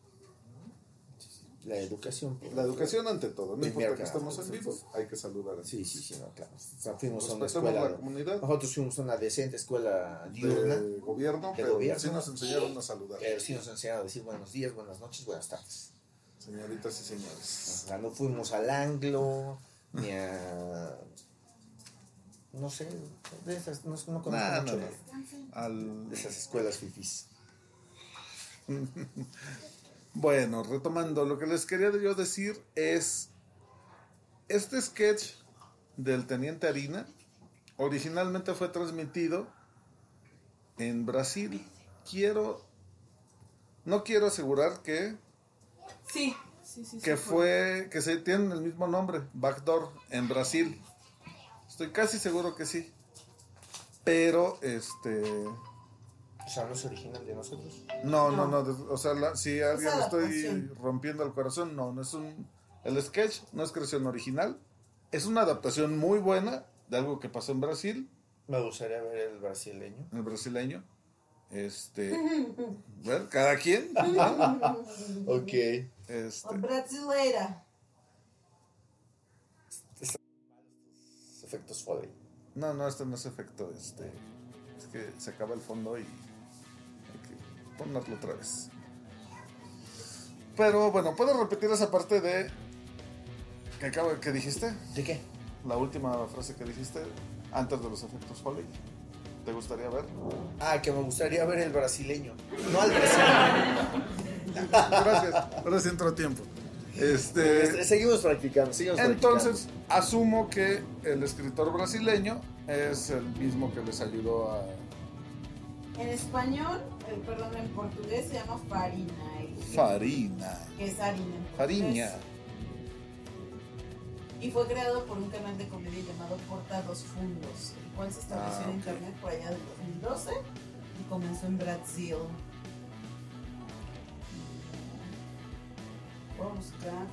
La educación. La educación ante todo, no Primero importa que que nada. estemos en vivo, hay que saludar. Sí, sí, sí, no, claro. O sea, fuimos a una Respetemos escuela. la comunidad Nosotros fuimos a una decente escuela diurna, de gobierno, de pero gobierno. sí nos enseñaron a saludar. pero sí nos enseñaron a decir buenos días, buenas noches, buenas tardes. Señoritas y señores. O sea, no fuimos al Anglo, ni a... No sé, de esas, no, no conozco Nah, mucho no, no. de, Al... de esas escuelas fifís. Bueno, retomando, lo que les quería yo decir es, este sketch del Teniente Harina originalmente fue transmitido en Brasil. Quiero, no quiero asegurar que, Sí, sí, sí. que sí, fue, que se tienen el mismo nombre, Backdoor, en Brasil. Estoy casi seguro que sí. Pero, este... O sea, no es original de nosotros. No, no, No. no, o sea, la- si a alguien Es le estoy adaptación. rompiendo el corazón, no, no es un... El sketch no es creación original, es una adaptación muy buena de algo que pasó en Brasil, Me gustaría ver el brasileño. el brasileño. Este... Ver, cada quien, ¿no? Ok. Este, Brasileira. Efectos Foley. no, no, este no es efecto, este... Es que se acaba el fondo y hay que ponerlo otra vez. Pero bueno, ¿puedes repetir esa parte de... que acabo, que dijiste? ¿De qué? La última frase que dijiste antes de los efectos Foley. ¿Te gustaría ver? Ah, que me gustaría ver el brasileño. No al brasileño. Gracias. Ahora sí entró a tiempo. Este, Seguimos practicando, seguimos entonces, asumo que el escritor brasileño es el mismo que les ayudó a... En español, eh, perdón, en portugués se llama farina. el- Farina. Que es harina. en portugués. Fariña. Y fue creado por un canal de comedia llamado Porta dos Fundos, el cual se estableció Ah, en ok. internet por allá del dos mil doce y comenzó en Brasil. Voy a buscar.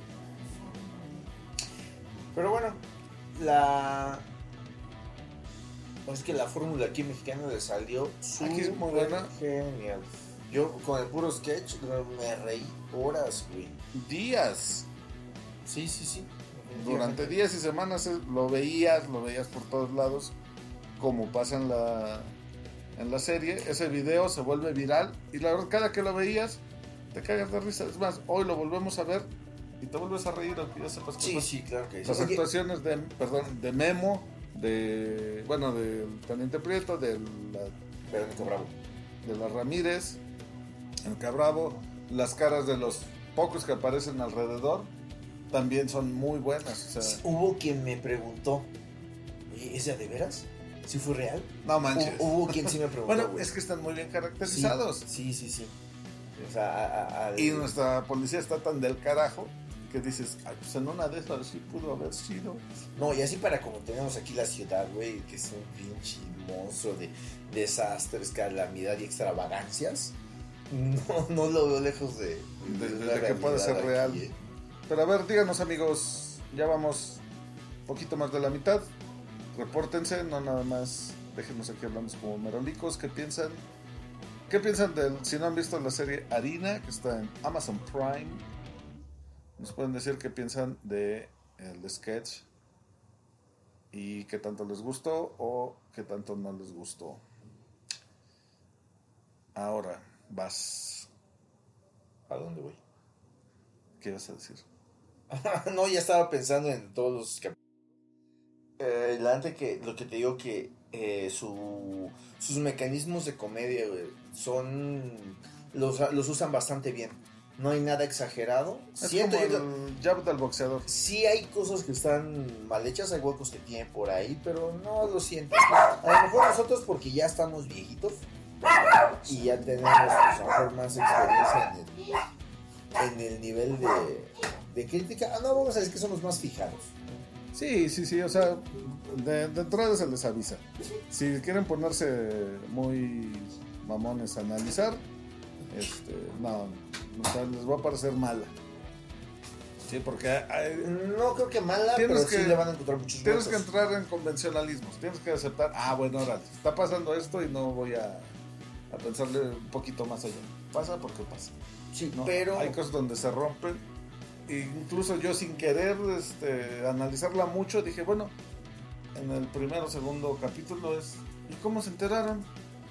Pero bueno, la... Es que la fórmula aquí mexicana le salió Aquí es muy súper buena. genial. Yo con el puro sketch me reí horas, güey. Días. Sí, sí, sí. Durante días y semanas eh, lo veías, lo veías por todos lados, como pasa en la, en la serie. Ese video se vuelve viral y la verdad, cada que lo veías, te cagas de risa. Es más, hoy lo volvemos a ver y te vuelves a reír, aunque ya sepas Sí, cosas. sí, claro que sí. Las Oye, actuaciones de, perdón, de Memo, de, bueno, del Teniente Prieto, de la, Verónica Bravo. de la Ramírez, el Cabravo, las caras de los pocos que aparecen alrededor, también son muy buenas. O sea, Hubo quien me preguntó, oye, ¿es de veras? ¿Sí fue real? no manches. Hubo, hubo quien sí me preguntó. Bueno, güey. es que están muy bien Sí, caracterizados. Sí, sí, sí. O sea, a- a- al- Y nuestra policía está tan del carajo que dices, ay, pues en una de esas sí pudo haber sido. No, y así para como tenemos aquí la ciudad, güey, que es un pinche monstruo de desastres, calamidad y extravagancias. No, no lo veo lejos de, De- de la que puede realidad ser aquí, real. eh. Pero a ver, díganos amigos, ya vamos un poquito más de la mitad. Repórtense, no nada más déjenos aquí hablando como merolicos. ¿Qué piensan? ¿Qué piensan del, si no han visto la serie Harina, que está en Amazon Prime? Nos pueden decir qué piensan de el sketch y qué tanto les gustó o qué tanto no les gustó. Ahora, vas. ¿A dónde voy? ¿Qué vas a decir? No, ya estaba pensando en todos los cap- eh, la antes que lo que te digo que eh, su, sus mecanismos de comedia, güey, son los, los usan bastante bien. No hay nada exagerado. Es Siento como yo que- el jab del boxeador. sí hay cosas que están mal hechas, hay huecos que tienen por ahí, pero no lo siento. A lo mejor nosotros porque ya estamos viejitos y ya tenemos pues, a lo mejor más experiencia en el, en el nivel de, de crítica. Ah, no, vamos a decir que son los más fijados. Sí, sí, sí, o sea, de, de entrada se les avisa. Si quieren ponerse muy mamones a analizar, este, no, o sea, les va a parecer mala. Sí, porque hay, no creo que mala, pero que, sí le van a encontrar muchos Tienes huecos. que entrar en convencionalismos, tienes que aceptar, ah, bueno, ahora está pasando esto y no voy a, a pensarle un poquito más allá. Pasa porque pasa. Sí, ¿no? pero... Hay cosas donde se rompen. Incluso yo sin querer este, analizarla mucho, dije, bueno, en el primero o segundo capítulo es, ¿y cómo se enteraron?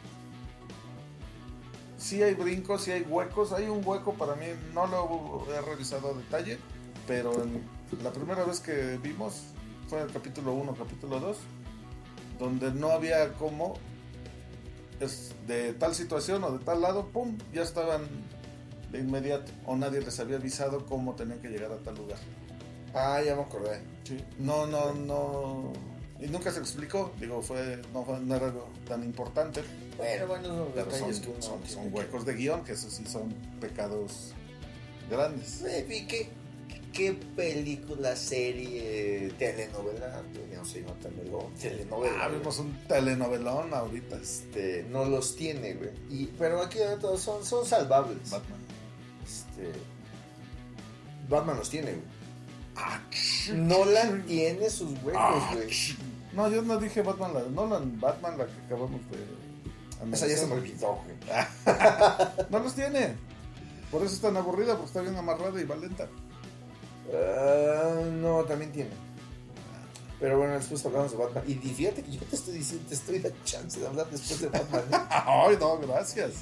Sí hay brincos, sí hay huecos, hay un hueco para mí, no lo he revisado a detalle, pero en la primera vez que vimos fue el capítulo uno, capítulo dos, donde no había cómo, es de tal situación o de tal lado, pum, ya estaban de inmediato, o nadie les había avisado cómo tenían que llegar a tal lugar. Ah, ya me acordé. Sí. No, no, no. Y nunca se explicó, digo, fue no, fue, no era algo tan importante. Bueno, bueno, no, pero son, que uno son, son huecos de guión, que esos sí son pecados grandes. Baby, ¿qué, qué película, serie, telenovela? Ya no sé, no telenovela. telenovela ah, vimos un telenovelón ahorita. Este, no los tiene, güey. Y, pero aquí todos son, son salvables. Batman. Este, Batman los tiene, güey. Ah, Nolan tiene sus huecos, güey. No, yo no dije Batman, la Nolan, Batman, la que acabamos de... O sea, ya se me olvidó, güey. No los tiene. Por eso es tan aburrida, porque está bien amarrada y va lenta. Uh, no, también tiene. Pero bueno, después hablamos de Batman. Y fíjate que yo te estoy diciendo, te estoy dando chance de hablar después de Batman, ¿eh? Ay, no, gracias.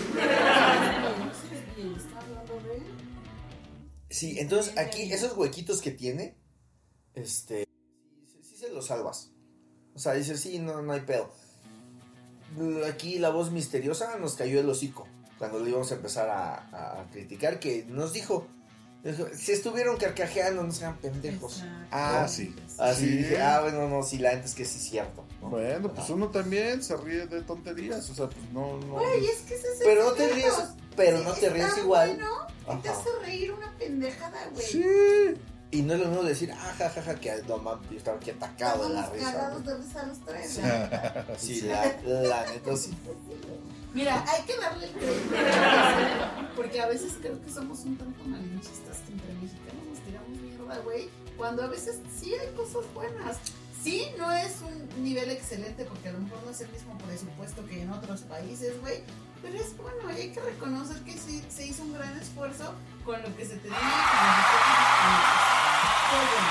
Sí, entonces aquí esos huequitos que tiene, este, sí, sí se los salvas. O sea, dices, sí, no, no hay pedo. Aquí la voz misteriosa nos cayó el hocico cuando le íbamos a empezar a, a, a criticar, que nos dijo, dijo, se estuvieron carcajeando, no sean pendejos. Exacto. Ah, ¿no? sí. Así sí. dije, ah, bueno, no, sí, la neta es que sí es cierto, ¿no? Bueno, pues uno también se ríe de tonterías, o sea, pues no, no. Güey, es que ese es el Pero no te secreto. ríes, pero no Sí, te ríes está igual. Bueno, y te Ajá. hace reír una pendejada, güey. Sí. Y no es lo mismo decir, ah, jajaja, ja, ja, que no mames, yo estaba aquí atacado de la Estamos risa. cagados güey. de risa los tres. Sí, la neta. sí, la, la neta sí. Mira, hay que darle el crédito, porque a veces creo que somos un tanto malinchistas que entre mexicanos nos tiramos mierda, güey, cuando a veces sí hay cosas buenas. Sí, no es un nivel excelente porque a lo mejor no es el mismo presupuesto que en otros países, güey, pero es bueno y hay que reconocer que sí se hizo un gran esfuerzo con lo que se tenía y con los recursos disponibles. Qué bueno.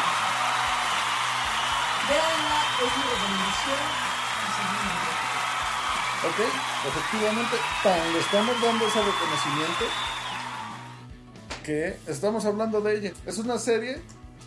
Véanla, es mi recomendación. Y seguimos. Ok, efectivamente, tan le estamos dando ese reconocimiento que estamos hablando de ella. Es una serie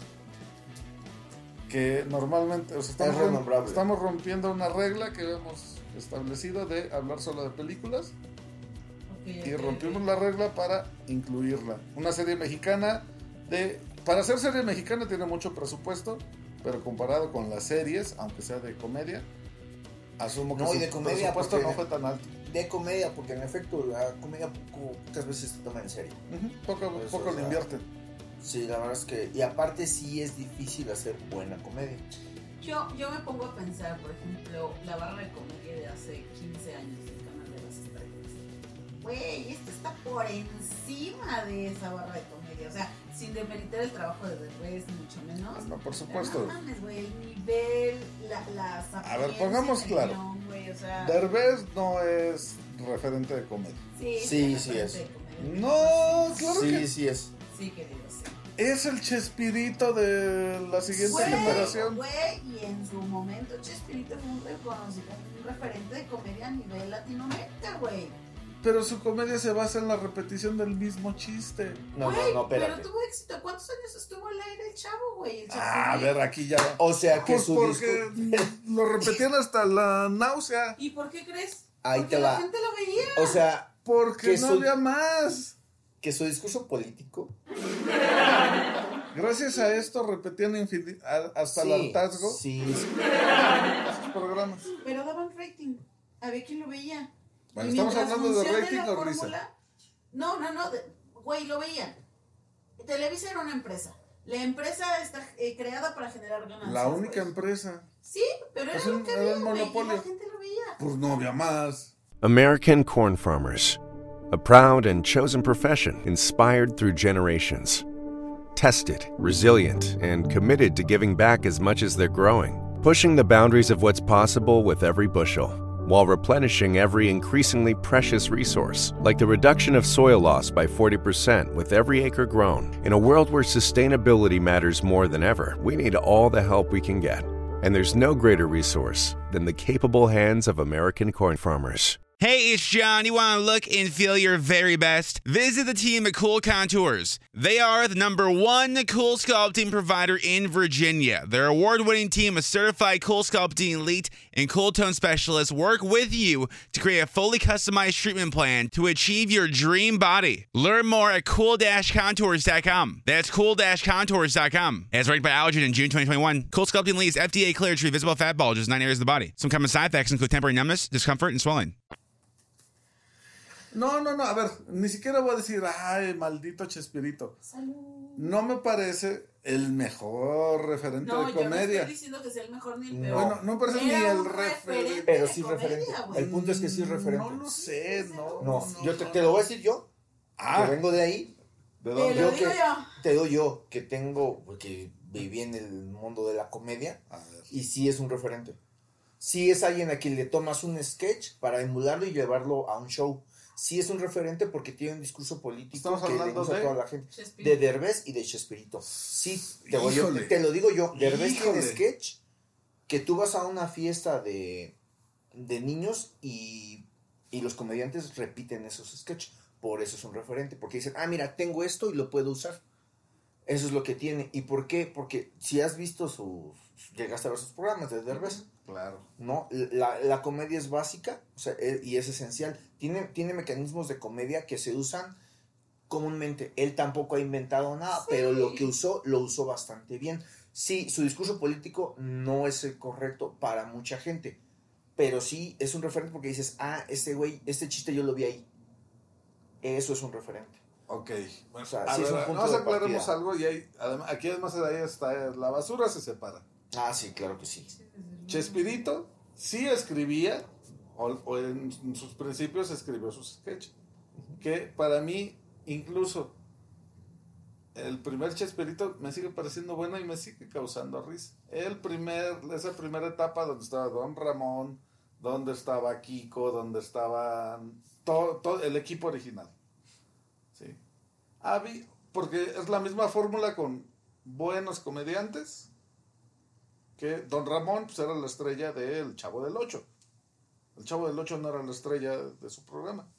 que normalmente, o sea, estamos, Es renombrable. estamos rompiendo una regla que hemos establecido de hablar solo de películas Okay, y okay, rompimos okay. la regla para incluirla. Una serie mexicana de... Para ser serie mexicana tiene mucho presupuesto, pero comparado con las series, aunque sea de comedia, asumo que No, y su de comedia, presupuesto porque- no fue tan alto. De comedia, porque en efecto la comedia poco, pocas veces se toma en serio. Ujú, Poco, Pues, poco o le sea, invierten. Sí, la verdad es que... Y aparte sí es difícil hacer buena comedia. Yo, yo me pongo a pensar, por ejemplo, la barra de comedia de hace quince años del Canal de las Estrellas. Güey, esto está por encima de esa barra de comedia. O sea, sin demeritar el trabajo de Derbez, ni mucho menos. No, por Pero supuesto. no mames, güey, el nivel, la, la A ver, sapiencia pongamos del claro. guión, güey, o sea, Derbez no es referente de comedia. sí, Sí, es sí referente es. de comedia. No, claro sí, que sí es. Sí, querido, sí. es el Chespirito de la siguiente Güey, generación. güey, y en su momento Chespirito fue un reconocido, un referente de comedia a nivel Latinoamérica, güey. Pero su comedia se basa en la repetición del mismo chiste. No, Güey, no, no, pero espérate. tuvo éxito. ¿Cuántos años estuvo al aire el chavo, güey? El Ah, a Chespirito. ver, aquí ya. O sea que Pues su porque disco... lo repetían hasta la náusea. ¿Y por qué crees? Ahí Porque te la va. gente lo veía. O sea, Porque Que no su- había más. que su discurso político... Gracias a esto repetían infin- a- hasta sí, el hartazgo Sí, sus programas. Pero daban rating. Había quien lo veía. Bueno, Y ¿estamos mientras hablando de funcione rating la o risa? fórmula- No, no, no. de- Güey, lo veían. Televisa era una empresa. La empresa está eh, creada para generar ganancias. La única güey. empresa. Sí, pero era Es lo un- que era había, un güey, y monopolio. la gente lo veía. Pues no había más. American Corn Farmers, a proud and chosen profession inspired through generations. Tested, resilient, and committed to giving back as much as they're growing, pushing the boundaries of what's possible with every bushel, while replenishing every increasingly precious resource, like the reduction of soil loss by forty percent with every acre grown. In a world where sustainability matters more than ever, we need all the help we can get. And there's no greater resource than the capable hands of American corn farmers. Hey, it's John. You want to look and feel your very best? Visit the team at Cool Contours. They are the number one cool sculpting provider in Virginia. Their award-winning team of certified cool sculpting elite and cool tone specialists work with you to create a fully customized treatment plan to achieve your dream body. Learn more at cool dash contours dot com. That's cool dash contours dot com. As ranked by Allergen in June twenty twenty-one, Cool Sculpting Elite is F D A cleared to treat visible fat bulges in nine areas of the body. Some common side effects include temporary numbness, discomfort, and swelling. No, no, no, a ver, ni siquiera voy a decir, ay, maldito Chespirito. Salud. No me parece el mejor referente No, de yo no comedia. estoy diciendo que sea el mejor ni el No. peor. Bueno, no me parece ni Era el un referente. Pero de sí comedia, referente. güey. El punto es que sí es referente. No lo sé, no. No, yo te, te lo voy a decir yo. Ah. Que vengo de ahí. ¿De Te dónde? lo Yo digo que- yo. Te digo yo que tengo, que viví en el mundo de la comedia A ver. y sí es un referente. Sí es alguien a quien le tomas un sketch para emularlo y llevarlo a un show. Sí es un referente porque tiene un discurso político Estamos que le hablando gusta a de toda la gente. Chespirito. De Derbez y de Chespirito. Sí, te, voy- yo- Híjole. te lo digo yo. Derbez tiene Híjole. sketch que tú vas a una fiesta de, de niños y, y los comediantes repiten esos sketches. Por eso es un referente. Porque dicen, ah, mira, tengo esto y lo puedo usar. Eso es lo que tiene. ¿Y por qué? Porque si has visto sus... Llegaste a ver sus programas de Derbez. Claro. ¿No? La, la comedia es básica, o sea, eh, y es esencial. Tiene, tiene mecanismos de comedia que se usan comúnmente. Él tampoco ha inventado nada, Sí. pero lo que usó, lo usó bastante bien. Sí, su discurso político no es el correcto para mucha gente, pero sí es un referente porque dices, ah, este güey, este chiste yo lo vi ahí. Eso es un referente. Ok. Bueno, O sea, a sí es ver, un punto nos de aclaremos partida. algo y ahí, además, aquí además de ahí está la basura se separa. Ah, sí, claro que sí. Chespirito sí escribía, o, o en sus principios escribió sus sketches, que para mí incluso el primer Chespirito me sigue pareciendo bueno y me sigue causando risa. El primer, esa primera etapa donde estaba Don Ramón, donde estaba Kiko, donde estaba todo, todo el equipo original. Sí. Habí, porque es la misma fórmula con buenos comediantes, que Don Ramón pues, era la estrella del Chavo del Ocho. El Chavo del Ocho no era la estrella de su programa.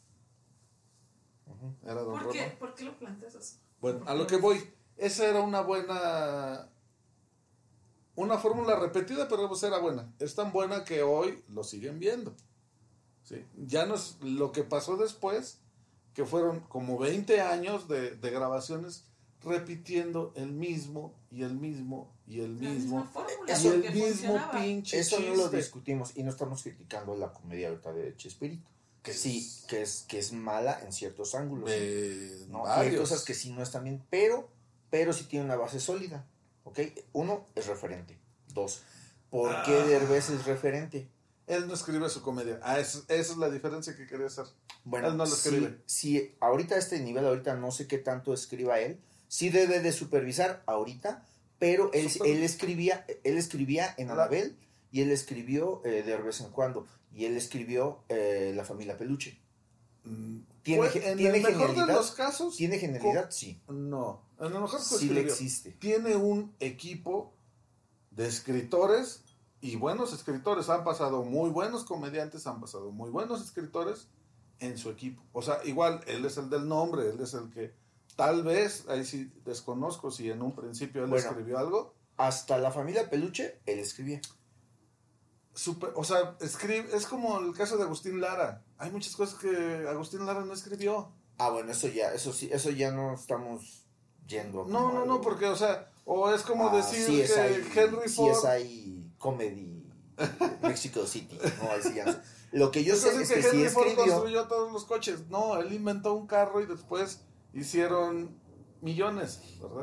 Era Don ¿Por qué? Ramón. ¿Por qué lo planteas así? Bueno, a lo que voy, esa era una buena, una fórmula repetida, pero pues era buena. Es tan buena que hoy lo siguen viendo. ¿Sí? Ya no es lo que pasó después, que fueron como veinte años de, de grabaciones repitiendo el mismo y el mismo y el La mismo misma fórmula, y el porque mismo funcionaba. pinche Eso chiste. no lo discutimos y no estamos criticando la comedia ahorita de Chespirito. Que sí, que es, que es mala en ciertos ángulos. Eh, ¿no? Y hay varios. cosas que sí no están bien, pero, pero sí tiene una base sólida. ¿Ok? Uno, es referente. Dos, ¿por qué Ah. Derbez es referente? Él no escribe su comedia. Ah, es- esa es la diferencia que quería hacer. Bueno, Él no lo sí, escribe. sí, ahorita a este nivel, ahorita no sé qué tanto escriba él. Sí debe de supervisar ahorita, pero él, Super- él escribía, él escribía en La- Anabel y él escribió eh, de vez en cuando. Y él escribió eh, La Familia Peluche. Mm, ¿Tiene, pues, ge- en tiene el mejor genialidad? de los casos, ¿Tiene genialidad? Sí. no. En lo mejor que Sí le escribió, existe. tiene un equipo de escritores y buenos escritores. Han pasado muy buenos comediantes, han pasado muy buenos escritores en su equipo. O sea, igual, él es el del nombre, él es el que tal vez, ahí sí desconozco si en un principio él Bueno. escribió algo. Hasta La Familia Peluche, él escribía. Super, o sea, escribe, es como el caso de Agustín Lara. Hay muchas cosas que Agustín Lara no escribió. Ah, bueno, eso ya, eso sí, eso ya no estamos yendo. No, como no, a no, lo- porque, o sea, o es como Ah, decir sí es que ahí, Henry sí Ford... es ahí comedy Mexico City, no, ahí sí ya no sé. Lo que yo Es sé decir, es que, que sí Henry Ford escribió. construyó todos los coches. No, él inventó un carro y después hicieron millones, ¿verdad?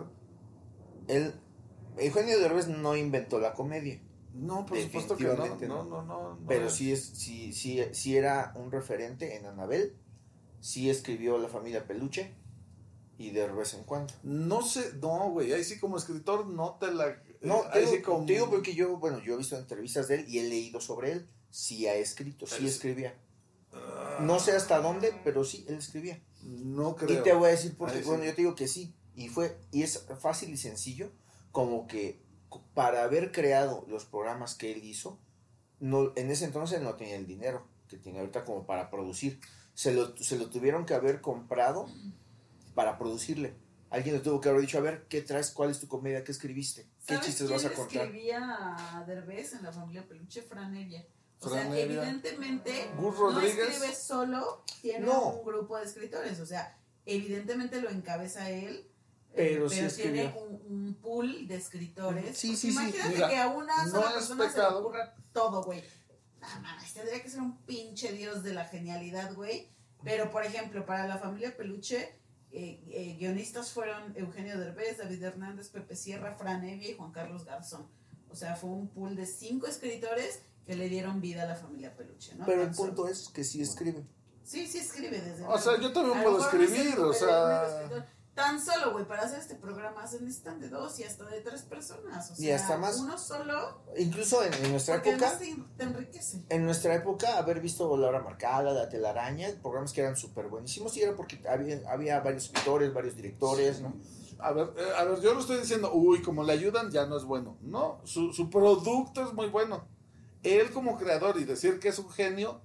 El Eugenio Derbez no inventó la comedia. No, por supuesto que no. Definitivamente No, no. no, no, no Pero es. sí, es, sí, sí, sí era un referente en Anabel. Sí escribió La familia Peluche. Y de vez en cuando. No sé, no, güey. Ahí sí, como escritor, no te la. No, eh, te ahí digo, sí como. te digo porque yo, bueno, yo he visto entrevistas de él y he leído sobre él. Sí ha escrito, sí Es- escribía. No sé hasta dónde, pero sí, él escribía. No creo. Y te voy a decir porque, Ahí sí. bueno, yo te digo que sí. Y fue, y es fácil y sencillo, como que para haber creado los programas que él hizo, no, en ese entonces no tenía el dinero que tiene ahorita como para producir. Se lo, se lo tuvieron que haber comprado para producirle. Alguien le tuvo que haber dicho, a ver, ¿qué traes? ¿Cuál es tu comedia? ¿Qué escribiste? ¿Qué ¿Sabes chistes quién vas a le contar? escribía a Derbez en La familia Peluche? Fran Evia. O Fran sea, Evia. evidentemente Gus no Rodríguez. escribe solo, tiene No. un grupo de escritores. O sea, evidentemente lo encabeza él, Pero eh, sí pero escribió. tiene un, un pool de escritores. Sí, Porque sí, sí. imagínate Mira, que a una no sola es persona se le pecado. ocurra todo, güey. No mames, tendría que ser un pinche dios de la genialidad, güey. Pero, por ejemplo, para La familia Peluche, eh, eh, guionistas fueron Eugenio Derbez, David Hernández, Pepe Sierra, Fran Evia y Juan Carlos Garzón. O sea, fue un pool de cinco escritores que le dieron vida a La familia Peluche, ¿no? Pero el Tan punto solo. es que sí escribe. Sí, sí escribe desde O sea, yo también A lo puedo mejor no es el escribir, super o sea. escritor. Tan solo, güey, para hacer este programa se necesitan de dos y hasta de tres personas. O sea, Y hasta más. uno solo, Incluso en, en nuestra porque época, además te, te enriquece. en nuestra época, haber visto La Hora Marcada, La Telaraña, programas que eran súper buenísimos y era porque había, había varios escritores, varios directores, ¿no? A ver, eh, a ver, yo lo estoy diciendo, uy, como le ayudan, ya no es bueno. No, su, su producto es muy bueno. Él como creador y decir que es un genio,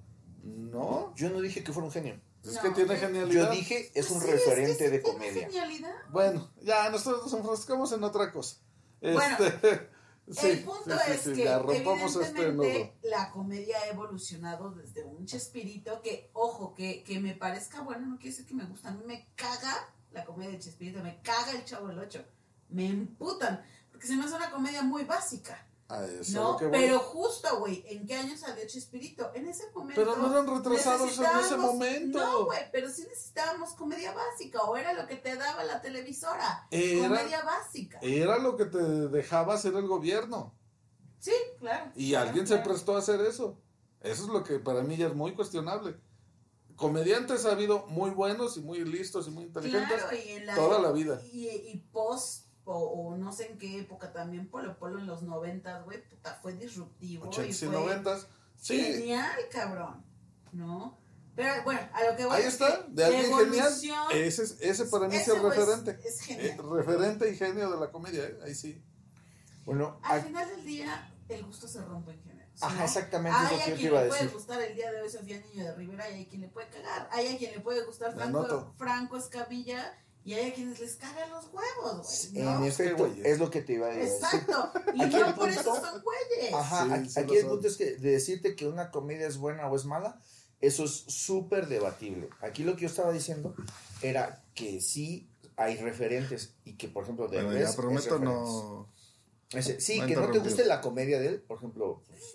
no. Yo no dije que fuera un genio. Es No, que tiene eh, genialidad. Yo dije, es Pues un sí, referente es que sí de tiene comedia. genialidad. Bueno, ya nosotros nos enfrascamos en otra cosa. Bueno, Este, sí, el punto sí, sí, es sí, que ya rompamos este nudo. evidentemente la comedia ha evolucionado desde un Chespirito que, ojo, que, que me parezca bueno, no quiere decir que me gusta. A mí me caga la comedia de Chespirito, me caga el Chavo del Ocho. Me emputan, porque se me hace una comedia muy básica. Ah, eso es No, lo que voy. pero justo, güey, ¿en qué año salió Chespirito? En ese momento. Pero no eran retrasados en ese necesitábamos- momento. No, güey, pero sí necesitábamos comedia básica, o era lo que te daba la televisora. Era- comedia básica. Era lo que te dejaba hacer el gobierno. Sí, claro. Y claro, alguien se claro. prestó a hacer eso. Eso es lo que para mí ya es muy cuestionable. Comediantes ha habido muy buenos y muy listos y muy inteligentes Claro, y en la, toda la vida. Y, y post, o, o no sé en qué época también, Polo Polo en los noventas, güey, puta, fue disruptivo. ochentas y fue noventas. Sí, Genial, cabrón. ¿No? Pero bueno, a lo que voy ahí es está, que de alguien la genial. evolución- Ese, es- ese para mí ese es el güey referente. Es, es genial. Eh, referente y genio de la comedia, ¿eh? Ahí sí. Bueno, Al a- final del día, el gusto se rompe en género. Ajá, ¿no? exactamente, es Hay lo que a yo te quien iba a le puede decir. gustar el día de hoy Sofía Niño de Rivera y hay a quien le puede cagar. Hay a quien le puede gustar La Franco, noto. Franco Escamilla y hay a quienes les cagan los huevos, güey. en ¿no? efecto, güeyes. es lo que te iba a decir. Exacto. Y Aquí no el por punto- eso son güeyes. Ajá, Sí, aquí, sí aquí lo el son. punto es que de decirte que una comedia es buena o es mala, eso es súper debatible. Aquí lo que yo estaba diciendo era que sí hay referentes y que, por ejemplo, de Bueno, Derbez ya prometo es no. Ese- sí, no que no te interrumpir. guste la comedia de él, por ejemplo. pues,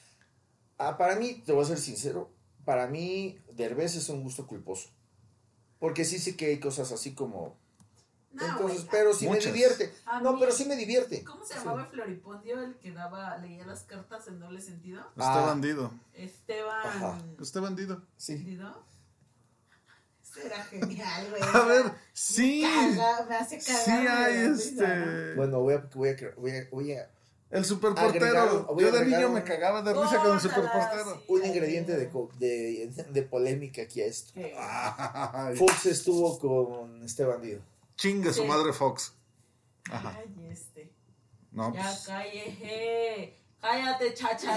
ah, para mí, te voy a ser sincero, para mí Derbez es un gusto culposo. Porque sí sé que hay cosas así como... No, entonces, güey. pero sí Muchas. me divierte. A No, mí- pero sí me divierte. ¿Cómo se Sí. llamaba el Floripondio, el que daba, leía las cartas en doble sentido? Este Ah. bandido. Esteban. Ajá. Este bandido. Sí. ¿Entendido? Este era genial, güey. A ver, sí. Me caga, me hace cagar. Sí de hay la risa, ¿no? este. Bueno, voy a, voy a, cre- voy a, voy a- El Agregar- superportero. voy a Yo de agregar niño un- me cagaba de risa con el Córtala, superportero. sí. un ingrediente de, co- de, de polémica aquí a esto. ¿Qué? Ay, Fox estuvo con este bandido. chingue su Sí. madre Fox. Ajá. Ay, este. No, Ya pues, cállate. Cállate, chacha.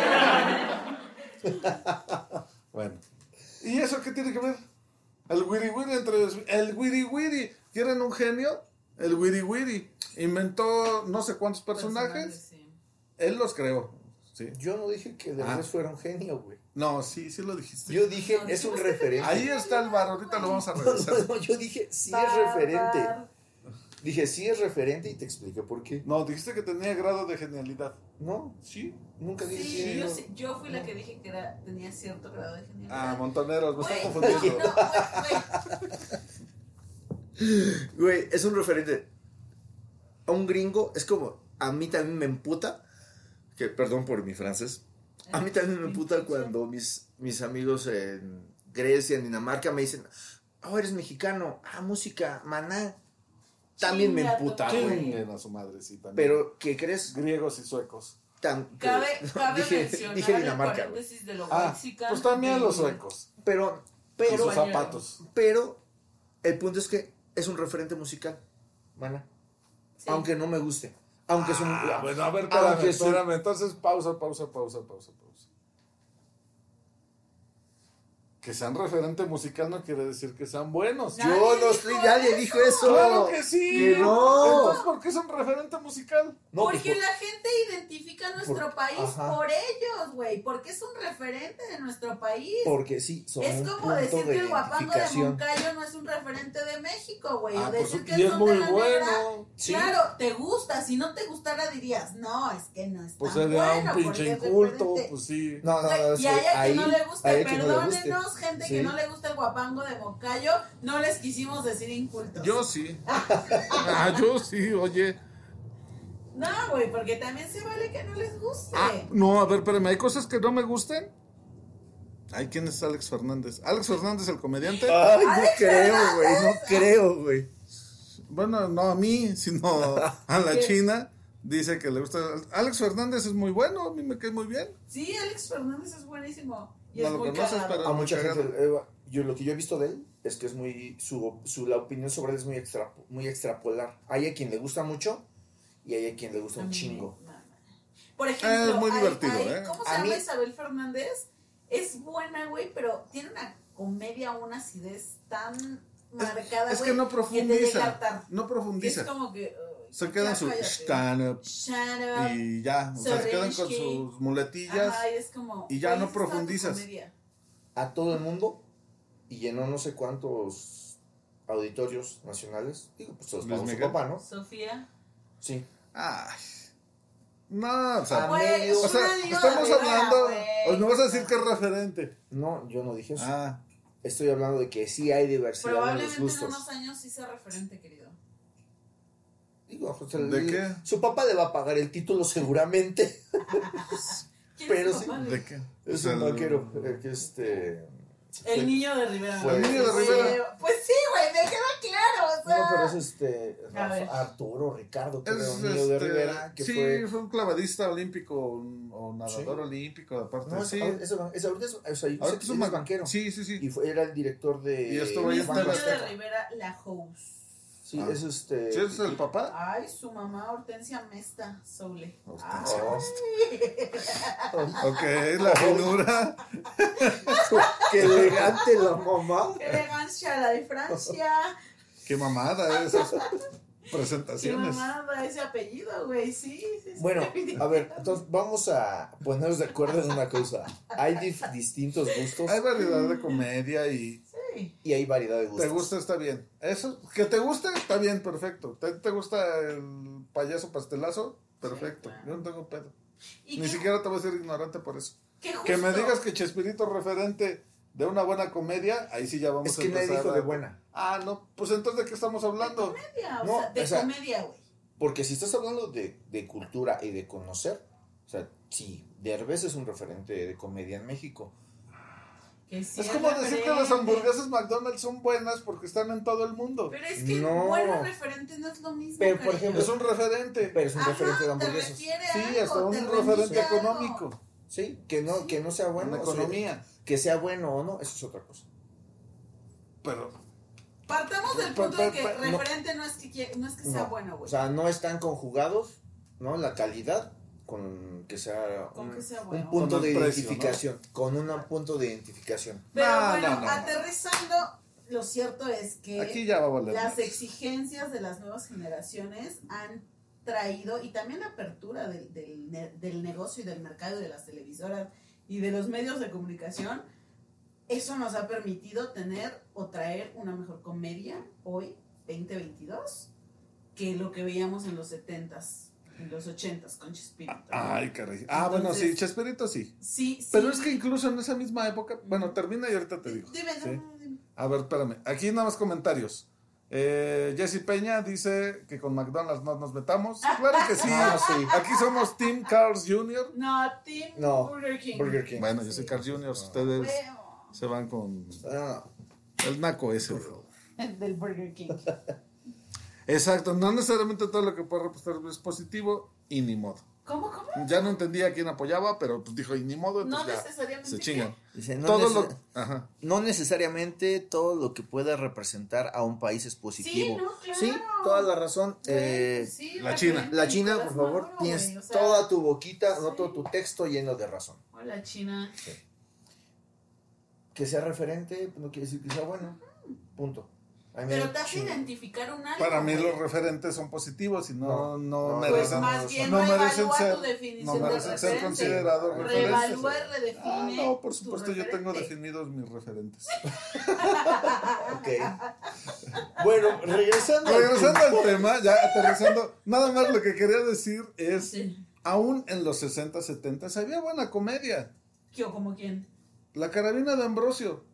bueno. ¿Y eso qué tiene que ver? El wiri wiri entre los- el wiri wiri. ¿Quieren un genio? El wiri wiri inventó no sé cuántos personajes. Sí. Él los creó. Sí. Yo no dije que Derbez Ah. fuera un genio, güey. No, sí, sí lo dijiste. Yo dije, No, es un dijiste referente. Ahí está el bar, ahorita lo vamos a No, revisar. no, no, yo dije, sí es Bar, referente. bar. Dije, sí es referente y te expliqué por qué. No, dijiste que tenía grado de genialidad. No, Sí. nunca dije Sí, que yo, no. sí- yo fui la que dije que era, tenía cierto grado de genialidad. Ah, montoneros, me Güey, están no, confundiendo. no, güey, güey. Güey, es un referente. A un gringo, es como, a mí también me emputa, que perdón por mi francés, a mí también me emputa cuando mis, mis amigos en Grecia, en Dinamarca me dicen, oh, eres mexicano, ah, música, Maná. También me emputa, güey. Chinguen a su madre, sí, también. Pero, ¿qué crees? Griegos y suecos. Tan, Cabe, no, cabe dije, mencionar dije el Dinamarca, güey. paréntesis de lo Ah, mexican pues también de- los suecos. Pero, Con pero, sus zapatos. pero, el punto es que es un referente musical, Maná. Sí. Aunque no me guste. Aunque es un. Ah, bueno, a ver, espérame, aunque es un- espérame. Entonces, pausa, pausa, pausa, pausa, pausa. Que sean referente musical no quiere decir que sean buenos. Nadie Yo no dijo estoy, nadie dijo eso. ¡Claro que sí! Que no. Entonces, ¿por qué es un referente musical? No, pues, Porque por- la gente identifica a nuestro por- país ajá. por ellos, güey. Porque es un referente de nuestro país. Porque sí, son Es un como punto decir de que el guapango de identificación. Moncayo no es un referente de México, güey. Ah, o pues, decir que y el es son muy de la negra, bueno. Sí. claro, te gusta. Si no te gustara dirías, no, es que no es Pues tan sería bueno. un porque pinche es inculto, referente. pues sí. No, no, no, Güey, es y que a ella ahí, que no le guste, a ella que no le guste. perdónenos, gente Sí. que no le gusta el guapango de Moncayo, no les quisimos decir incultos. Yo sí. Ah, yo sí, oye. No, güey, porque también se vale que no les guste. Ah, no, a ver, espérame, hay cosas que no me gusten. Ay, ¿quién es Alex Fernández? Alex Fernández, el comediante. Ay, no Alex creo, Fernández. güey, no creo, güey. Bueno, no a mí, sino a la China. Dice que le gusta. Alex Fernández es muy bueno, a mí me cae muy bien. Sí, Alex Fernández es buenísimo. Y No es lo muy conoces, cagado. pero- A mucha muy gente, eh, yo lo que yo he visto de él es que es muy, su, su la opinión sobre él es muy, extra, muy extrapolar. Hay a quien le gusta mucho y hay a quien le gusta A un mí chingo. me- no, no. Por Ah, ejemplo, es muy hay- divertido, hay- ¿eh? ¿cómo se A llama mí- Isabel Fernández? Es buena, güey, pero tiene una comedia, una acidez tan marcada, Es güey, que no te llega a profundiza. hartar. No Es profundiza. como que... uh, Se quedan ya su cállate. stand-up Shut up. y ya. O sea, se quedan con Sorensky. sus muletillas. Ajá, y es como, y ya güey, no esa es toda tu profundizas. comedia. A todo el mundo y llenó no sé cuántos auditorios nacionales. Digo, pues todos Luis pagó su Miguel. papá, ¿no? Sofía. Sí. Ay. No, o sea, A Güey, medio- o sea, una diva estamos de hablando. güey. O me vas a decir que es referente. No, yo no dije eso. Ah, Estoy hablando de que sí hay diversidad en los Probablemente en gustos. unos años sí sea referente, querido. Digo, o sea, ¿De el- qué? Su papá le va a pagar el título seguramente. ¿Quién Pero es tu sí, papá? ¿de qué? Es O sea, un el- vaquero. eh, que este. El niño de Rivera. Fue- El niño de Güey, Rivera. Pues sí, güey, me queda claro, o sea. No, pero es este. A ver. Arturo, Ricardo, creo, Es, niño de este, Rivera. Que sí, fue. fue un clavadista olímpico un- o nadador Sí. olímpico, aparte. No, es, sí. es, es, es- ahorita es, o sea, Ahorita él es un es ma- banquero. Sí, sí, sí. Y fue, era el director de. Y estuvo ahí Banco hasta Niño la- de Azteca. Rivera, la host. Sí, Ah. es este. ¿Sí es el papá? Ay, su mamá Hortensia Mesta, Soule. Hortensia Ay, Ok, la finura. Qué elegante la mamá. qué elegancia la de Francia. Qué mamada esas Qué presentaciones. mamada ese apellido, güey. Sí, sí, sí. Bueno, a ver, entonces vamos a ponernos de acuerdo en una cosa. Hay dif- distintos gustos Hay variedad de comedia y Sí. y hay variedad de gustos. te gusta, está bien. Eso, que te guste, está bien, perfecto. ¿Te, te gusta el payaso pastelazo? Perfecto. Sí, claro. Yo no tengo pedo. Y Ni que- siquiera te voy a ser ignorante por eso. que Que me justo- digas que Chespirito es referente de una buena comedia, ahí sí ya vamos Es a que nadie empezar dijo a- de buena. Ah, no, pues entonces ¿de qué estamos hablando? Comedia, o No, sea, de o sea, comedia, güey. Porque si estás hablando de, de cultura y de conocer, o sea, sí, Derbez es un referente de comedia en México. Que sí Es como decir que las referente. hamburguesas McDonald's son buenas porque están en todo el mundo. Pero es que No. bueno referente no es lo mismo. Pero, por cariño. ejemplo, Es un referente. Pero es un Ajá, referente de te hamburguesas. refiere a Sí, algo, hasta un te referente remite a algo. económico. Sí, que no, que no sea bueno. En o sea, economía. que sea bueno o no, eso es otra cosa. Pero Partamos del Pa- punto de pa- que pa- no. referente no es que, quie- no es que sea No. bueno, güey. O sea, no están conjugados, ¿no? La calidad con que sea, Con un, que sea un bueno. punto Con de el precio, identificación, con un punto de identificación. Pero No, bueno, no, no, no. aterrizando, lo cierto es que aquí ya va a valer. las más. exigencias de las nuevas generaciones han traído, y también la apertura del, del, ne- del negocio y del mercado y de las televisoras y de los medios de comunicación, eso nos ha permitido tener o traer una mejor comedia hoy, veinte veintidós, que lo que veíamos en los setentas, en los ochentas con Chespirito. ¿no? Ay, caray. Ah, bueno, Entonces- sí, Chespirito sí. Sí, sí. Pero es que incluso en esa misma época, bueno, termina y ahorita te digo. Dime, ¿sí? no, dime. A ver, espérame. Aquí nada más comentarios. Eh, Jesse Peña dice que con McDonald's no nos metamos. Claro que sí. Ah, sí. Aquí somos Team Carl's junior No, Team No, Burger King. Burger King. Bueno, yo soy Carl's junior Ustedes Huevo. se van con Ah, el naco ese. El del Burger King. Exacto. No necesariamente todo lo que puede representar es positivo y ni modo. ¿Cómo, cómo? Ya no entendía a quién apoyaba, pero pues dijo y ni modo. No Entonces ya necesariamente. se chingan. dice, no, Todo neces- lo. Ajá. no necesariamente todo lo que pueda representar a un país es positivo. Sí, no, claro. Sí, toda la razón. Güey, Eh, sí, la China. referente la China, Nicolás por favor, Maduro, tienes güey, o sea, toda tu boquita, no sí. todo tu texto lleno de razón. Hola, China. Que sea referente no quiere decir que sea bueno. Punto. A mí me Pero da te hace chingo. identificar un algo. Para mí güey. los referentes son positivos y no, no, No, no, merecen, Pues más bien no merecen reevalúa ser, tu definición no de merecen ser referente. considerados referentes. Reevalúa y redefine. Ah, no, por tu supuesto, yo tengo referente. definidos mis referentes. Ok. Bueno, regresando. al Regresando punto. al tema, ya aterrizando, nada más lo que quería decir es, Sí. aún en los sesenta, setenta había buena comedia. ¿Qué o como quién? La carabina de Ambrosio.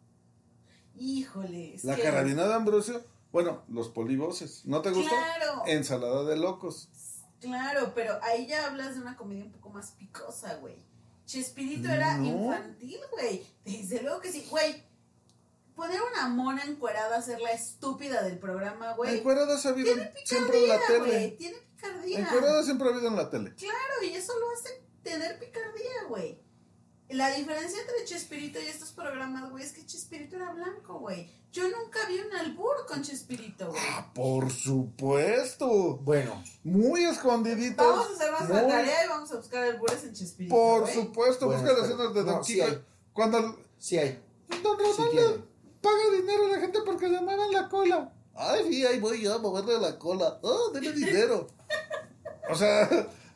Híjole. es La que- carabina de Ambrosio, bueno, los polivoces. ¿No te gusta? Claro. Ensalada de locos. Claro, pero ahí ya hablas de una comedia un poco más picosa, güey. Chespirito era No. infantil, güey. Desde luego que sí, güey. Poner una mona encuerada a ser la estúpida del programa, güey. Encueradas ha habido Tiene siempre en la picardía, güey. tele. Tiene picardía. Encueradas siempre ha habido en la tele. Claro, y eso lo hace tener picardía, güey. La diferencia entre Chespirito y estos programas, güey, es que Chespirito era blanco, güey. Yo nunca vi un albur con Chespirito, güey. Ah, por supuesto. Bueno, Muy escondiditos. Vamos a hacer más la muy- tarea y vamos a buscar albures en Chespirito, Por güey. supuesto, Bueno, busca las espera. escenas de Don No, sí Quijote. hay. Cuando sí hay. Don Sí Ramón tiene. le paga dinero a la gente porque le muevan la cola. Ay, sí, ahí voy yo a moverle la cola. Oh, deme dinero. O sea,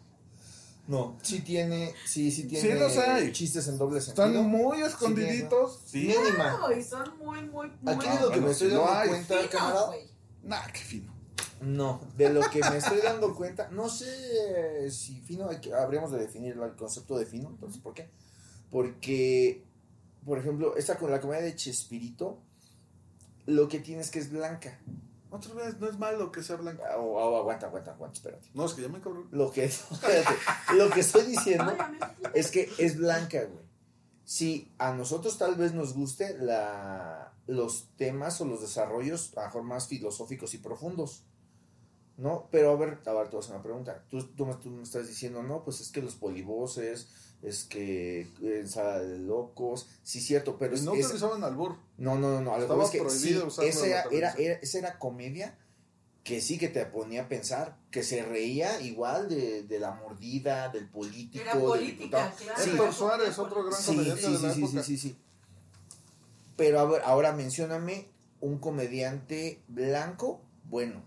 No, sí tiene, sí, sí tiene Sí los hay. chistes en doble sentido. están muy escondiditos. Sí. Mínima. Claro, y son muy, muy, muy... Aquí de lo que bueno, me estoy sí lo dando hay. cuenta, finos, camarada. güey. Nah, qué fino. No, de lo que me estoy dando cuenta, no sé si fino, hay que, habríamos de definir el concepto de fino, entonces, ¿por qué? Porque, por ejemplo, esta con la comedia de Chespirito, lo que tienes que es blanca. Otra vez, no es malo que sea blanco. Ah, oh, oh, aguanta, aguanta, aguanta, espérate. No, es que ya me cabrón. Lo que, espérate, lo que estoy diciendo Ay, a mí- es que es blanca, güey. Si a nosotros tal vez nos guste la, los temas o los desarrollos a lo mejor más filosóficos y profundos, ¿no? Pero a ver, a ver, te voy a hacer una pregunta. Tú, tú, me, tú me estás diciendo, no, pues es que los polivoces, es que eh, ensalada de locos, sí, cierto, pero Y es, no es- utilizaban albur. no, no, no, no, a lo que Estaba voy es que prohibido sí, usarlo esa en la era, era, televisión. era- esa era comedia que sí que te ponía a pensar, que se reía igual de, de la mordida, del político. Era del política, diputado. claro. Sí, Héctor Suárez, otro gran sí, comediante sí, de la sí, sí, época. sí, sí, sí. Pero a ver, ahora mencióname un comediante blanco, bueno.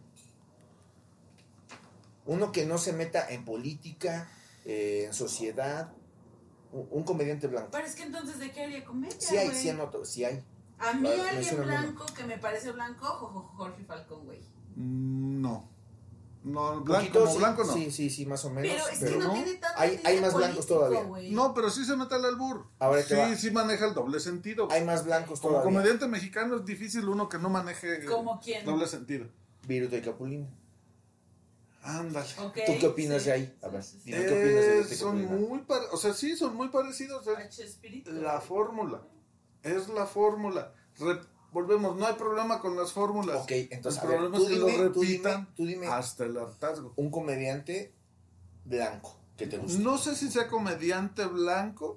Uno que no se meta en política, eh, en sociedad. Un, un comediante blanco. Pero es que entonces, ¿de qué haría comedia, Sí hay, güey? sí anoto, sí hay. A mí Claro, alguien mencióname uno. blanco que me parece blanco, jo- jo- Jorge Falcón, güey. Mm, No. No, blanco, Poquito, como sí, blanco no. Sí, sí, sí, más o menos. Pero es pero que no, no. tiene tanto Hay- hay tinte más blancos político, todavía. güey. No, pero sí se mete al albur. Ahora te sí, va. sí maneja el doble sentido. Hay más blancos Como todavía. comediante mexicano es difícil uno que no maneje ¿Como quién? doble sentido. Viruta y Capulina. Ándale. Ok, ¿Tú qué opinas sí, de ahí? A sí, ver, sí, sí. dime qué opinas de Eh, Viruta y son Capulina. muy pare- o sea, sí, son muy parecidos. A Es Chespirito. la fórmula. Es la fórmula. Re- volvemos, no hay problema con las fórmulas. Ok, entonces, el a ver, problema tú es que dime, lo tú dime, repitan tú dime hasta el hartazgo. un comediante blanco que te guste. No sé si sea comediante blanco.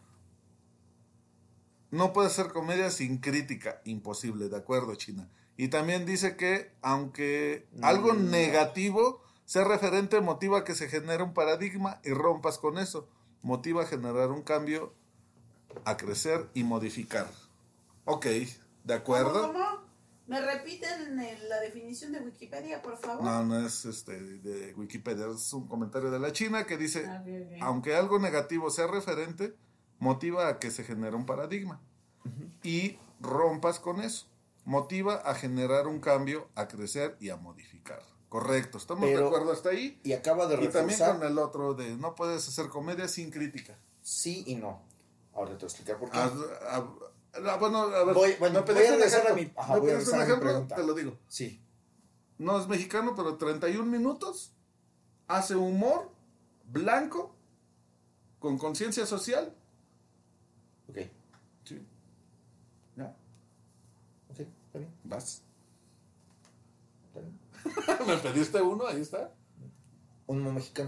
No puede ser comedia sin crítica. Imposible, de acuerdo, China. Y también dice que, aunque algo Mm. negativo sea referente, motiva a que se genere un paradigma y rompas con eso. Motiva a generar un cambio, a crecer y modificar. Ok, ¿de acuerdo? ¿Cómo, cómo? ¿Me repiten el- la definición de Wikipedia, por favor? No, no es este de Wikipedia, es un comentario de la China que dice, Ah, ok, ok. aunque algo negativo sea referente, motiva a que se genere un paradigma y rompas con eso. Motiva a generar un cambio, a crecer y a modificar. Correcto, estamos Pero- de acuerdo hasta ahí. Y acaba de Y también reforzar con el otro de no puedes hacer comedia sin crítica. sí y no. Ahora te voy a explicar por qué. Haz- hab- Ah, bueno, a ver. Voy, bueno, ¿me voy pediste a un regresar a ejemplo? mi, ajá, ¿Me voy a pediste regresar un a mi ejemplo? pregunta. Te lo digo. Sí. No es mexicano, pero treinta y un minutos. Hace humor blanco con conciencia social. Ok. Sí. ¿Ya? Ok, está bien. Vas. Está bien. ¿Me pediste uno? Ahí está. Un humor mexicano.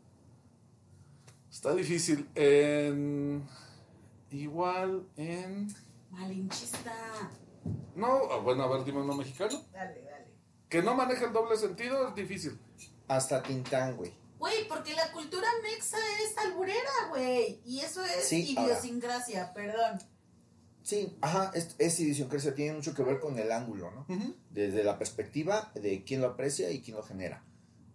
Está difícil. En... Igual en... Malinchista. No, bueno, a ver, dime uno mexicano. Dale, dale. Que no maneja el doble sentido es difícil. Hasta Tintán, güey. Güey, porque la cultura mexa es alburera, güey. Y eso es Sí, idiosincrasia, perdón. Sí, ajá, es, es idiosincrasia, tiene mucho que ver con el ángulo, ¿no? Uh-huh. Desde la perspectiva de quién lo aprecia y quién lo genera.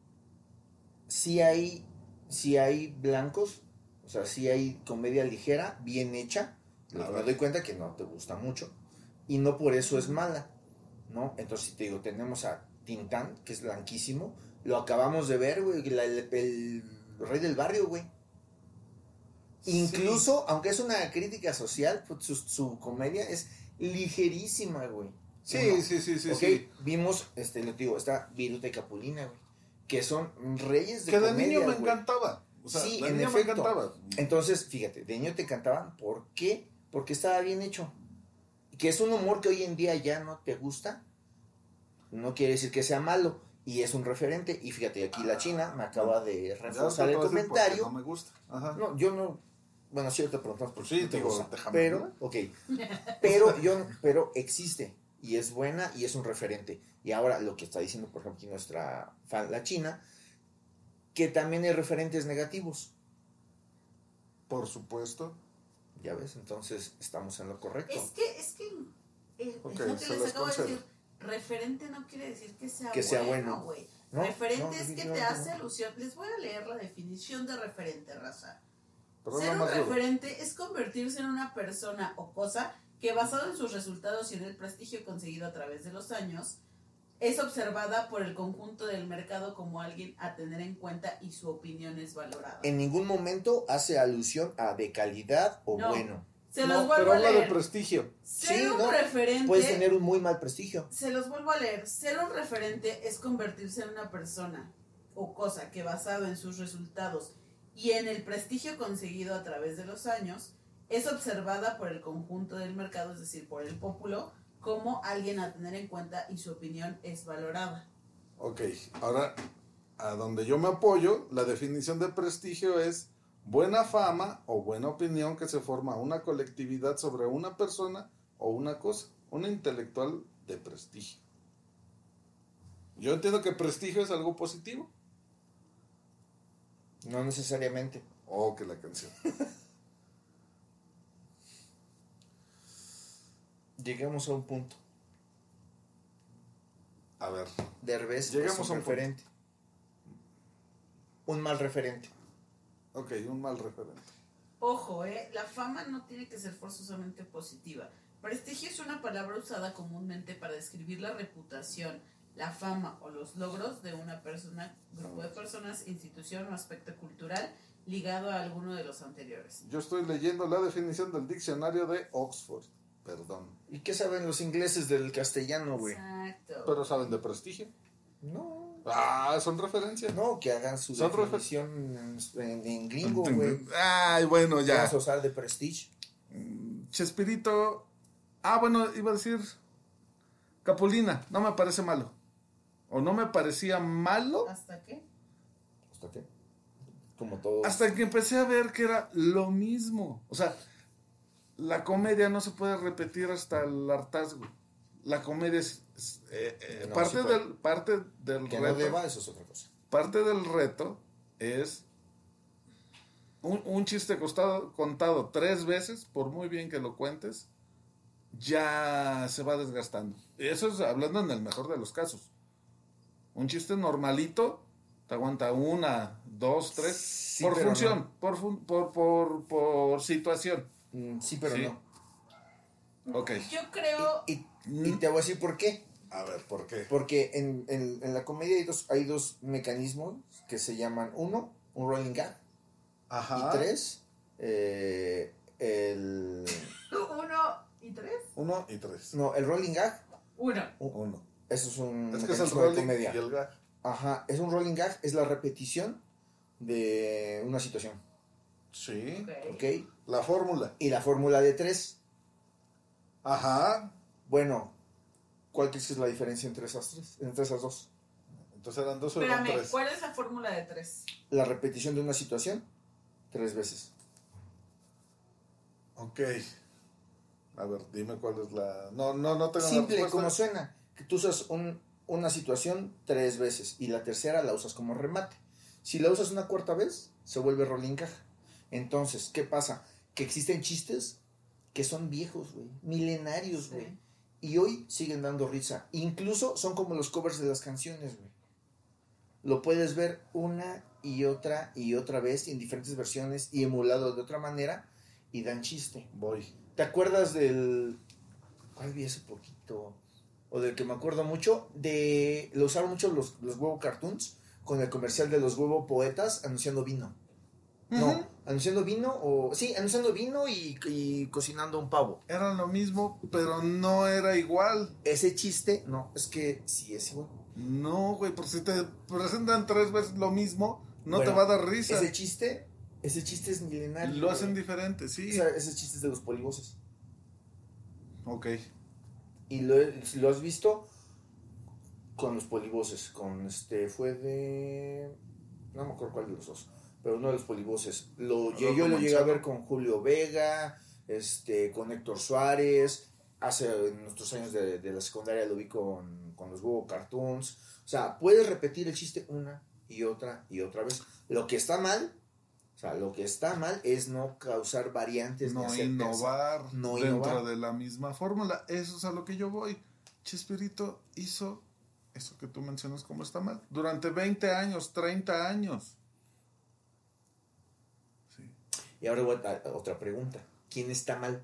Sí hay, sí hay blancos, o sea, sí hay comedia ligera, bien hecha. Lo que me doy cuenta que no te gusta mucho. Y no por eso es mala, ¿no? Entonces, si te digo, tenemos a Tintán, que es blanquísimo. Lo acabamos de ver, güey, el, el, el rey del barrio, güey. Incluso, sí. Aunque es una crítica social, pues, su, su comedia es ligerísima, güey. Sí, Uno. sí, sí, sí, okay, sí. Vimos, este, lo digo, está Viruta y Capulina, güey. Que son reyes de que comedia, de niño me güey. encantaba. O sea, sí, de en niño efecto. me encantaba. Entonces, fíjate, de niño te encantaban. ¿Por qué? Porque estaba bien hecho. Que es un humor que hoy en día ya no te gusta. No quiere decir que sea malo. Y es un referente. Y fíjate, aquí la China me acaba de reforzar el comentario. No me gusta. Ajá. No, yo no. Bueno, sí, te preguntas por sí, no te digo, gusta. déjame. Pero, ok. Pero yo, pero existe. Y es buena y es un referente. Y ahora lo que está diciendo, por ejemplo, aquí nuestra fan, la China, que también hay referentes negativos. Por supuesto. Ya ves, entonces estamos en lo correcto. Es que, es que, eh, okay, es lo que se les acabo de concedo. decir. Referente no quiere decir que sea que sea bueno, bueno. güey. No, referente no, es que te no, hace no. alusión. Les voy a leer la definición de referente, raza. Pero Ser no un más duro. referente es convertirse en una persona o cosa que, basado en sus resultados y en el prestigio conseguido a través de los años, es observada por el conjunto del mercado como alguien a tener en cuenta y su opinión es valorada. En ningún momento hace alusión a de calidad o No. bueno. Se no, los vuelvo pero a habla leer. de prestigio. Ser Sí, un no, referente. puedes tener un muy mal prestigio. Se los vuelvo a leer. Ser un referente es convertirse en una persona o cosa que, basado en sus resultados y en el prestigio conseguido a través de los años, es observada por el conjunto del mercado, es decir, por el pópulo, como alguien a tener en cuenta y su opinión es valorada. Ok, ahora, a donde yo me apoyo, la definición de prestigio es buena fama o buena opinión que se forma una colectividad sobre una persona o una cosa, un intelectual de prestigio. Yo entiendo que prestigio es algo positivo. No necesariamente. Oh, que la canción. Lleguemos a un punto. A ver. Derbez Llegamos es a un un referente. Un mal referente. Ok, un mal referente. Ojo, eh, la fama no tiene que ser forzosamente positiva. Prestigio es una palabra usada comúnmente para describir la reputación, la fama o los logros de una persona, grupo de personas, institución o aspecto cultural ligado a alguno de los anteriores. Yo estoy leyendo la definición del diccionario de Oxford. Perdón. ¿Y qué saben los ingleses del castellano, güey? Exacto. ¿Pero saben de prestigio? No. Ah, son referencias. No, que hagan su Son definición en, en, en gringo, güey. Ay, bueno, ya. Vamos a usar de prestige. Chespirito. Ah, bueno, iba a decir Capulina. No me parece malo. O no me parecía malo. ¿Hasta qué? ¿Hasta qué? Como todo. Hasta que empecé a ver que era lo mismo. O sea, la comedia no se puede repetir hasta el hartazgo. La comedia es, es eh, eh, No, parte, sí del, parte del que reto. no deba, eso es otra cosa. Parte del reto es un, un chiste costado, contado tres veces, por muy bien que lo cuentes, ya se va desgastando. Eso es hablando en el mejor de los casos. Un chiste normalito te aguanta una, dos, tres, Sí, por pero función, no. por, fun- por, por, por situación. Mm, sí, pero Sí. no. Ok. Yo creo... Y, y, y te voy a decir por qué. A ver, ¿por qué? Porque en, en, en la comedia hay dos, hay dos mecanismos que se llaman, uno, un rolling gag, Ajá. y tres, eh, el... Uno, ¿Y tres? Uno y tres. No, el rolling gag. Uno. Uno. Eso es un Es que es el mecanismo de rolling comedia. y el gag. Ajá, es un rolling gag, es la repetición de una situación. Sí. Ok. ¿Ok? La fórmula. Y la fórmula de tres. Ajá. Bueno, ¿cuál crees que es la diferencia entre esas tres? Entre esas dos. Entonces eran dos o eran Espérame, tres. ¿cuál es la fórmula de tres? La repetición de una situación tres veces. Ok. A ver, dime cuál es la... No, no, no tengo la Simple, respuesta. como suena. Que tú usas un, una situación tres veces y la tercera la usas como remate. Si la usas una cuarta vez, se vuelve rolling gag. Entonces, ¿qué pasa? Que existen chistes que son viejos, güey. Milenarios, güey. Sí. Y hoy siguen dando risa. Incluso son como los covers de las canciones, güey. Lo puedes ver una y otra y otra vez en diferentes versiones y emulado de otra manera y dan chiste. Voy. ¿Te acuerdas del... ¿Cuál vi hace poquito? O del que me acuerdo mucho, de... Lo usaron mucho los, los huevo cartoons con el comercial de los huevo poetas anunciando vino. Ujú. No, anunciando vino o... Sí, anunciando vino y, y cocinando un pavo. Era lo mismo, pero no era igual. Ese chiste, no, es que sí es igual. No, güey, por si te presentan tres veces lo mismo, no Bueno, te va a dar risa. Ese chiste, ese chiste es milenario. Lo hacen güey. diferente, sí. O sea, ese chiste es de los polivoces. Ok. Y lo, lo has visto con los polivoces, con este, fue de... No me acuerdo cuál de los dos, pero uno de los polivoces. Lo, yo, yo lo llegué a ver con Julio Vega, este, con Héctor Suárez, hace en nuestros años de, de la secundaria lo vi con, con los huevo cartoons. O sea, puedes repetir el chiste una y otra y otra vez. Lo que está mal, o sea, lo que está mal es no causar variantes, No ni hacer innovar pensar. No dentro innovar. de la misma fórmula. Eso es a lo que yo voy. Chespirito hizo eso que tú mencionas como está mal. Durante veinte años, treinta años. Sí. Y ahora voy a, a otra pregunta. ¿Quién está mal?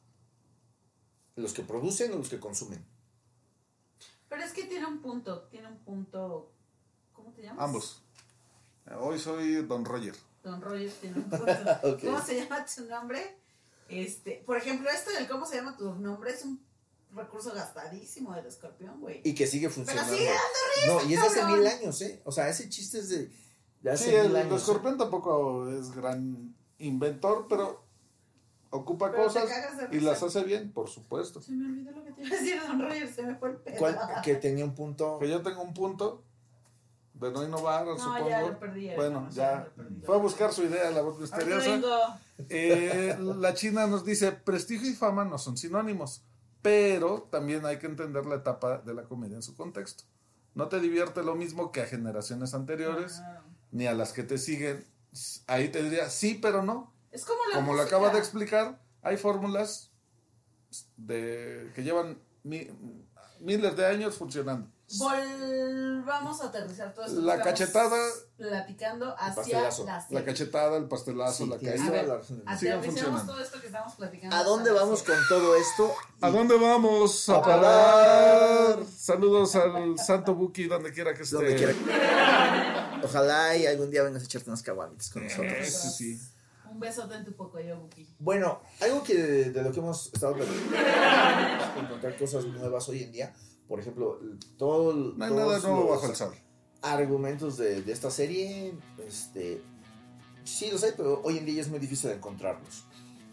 ¿Los que producen o los que consumen? Pero es que tiene un punto, tiene un punto... ¿Cómo te llamas? Ambos. Hoy soy Don Roger. Don Roger tiene un punto. Ok. ¿Cómo se llama tu nombre? Este, por ejemplo, esto del cómo se llama tu nombre es un recurso gastadísimo del escorpión, güey. Y que sigue Pero funcionando. sigue dando risa, No, y es de hace cabrón. mil años, ¿eh? O sea, ese chiste es de, de hace Sí, mil el, el años. escorpión tampoco es gran inventor, pero ocupa Pero te cosas cagas de y risa. las hace bien, por supuesto. Se me olvidó lo que te iba a decir, Don Roger, se me fue el pedo. ¿Cuál? Que tenía un punto. Que yo tengo un punto de no innovar, No, supongo. ya lo perdí, ya, bueno, no, ya ya lo perdí. fue a buscar su idea, la voz Ahorita misteriosa. vengo. Eh, la China nos dice, prestigio y fama no son sinónimos, pero también hay que entender la etapa de la comedia en su contexto. No te divierte lo mismo que a generaciones anteriores, Ajá. ni a las que te siguen. Ahí te diría, sí, pero no. Es como la Como lo música. acaba de explicar, hay fórmulas de, que llevan mi- miles de años funcionando. Volvamos a aterrizar todo esto. La que estamos cachetada, platicando hacia pastelazo. la serie. la cacheta, el pastelazo, Sí, la tienes A caída. ver, toda la razón del mundo. Sigan aterricemos funcionando. todo esto que estamos platicando. ¿A dónde hasta la vamos serie. con todo esto? ¿A dónde vamos a A parar? Saludos al Santo Buki, donde quiera que esté. Donde quiera. Ojalá y algún día vengas a echarte unas caguamitas con nosotros. Eh, sí, sí. Un besote en tu pocoyo, Buki. Bueno, algo que de, de lo que hemos estado platicando es encontrar cosas nuevas hoy en día. Por ejemplo, todo, No hay todos nada nuevo los bajo el sol. argumentos de, de esta serie, este, sí los hay, pero hoy en día es muy difícil de encontrarlos.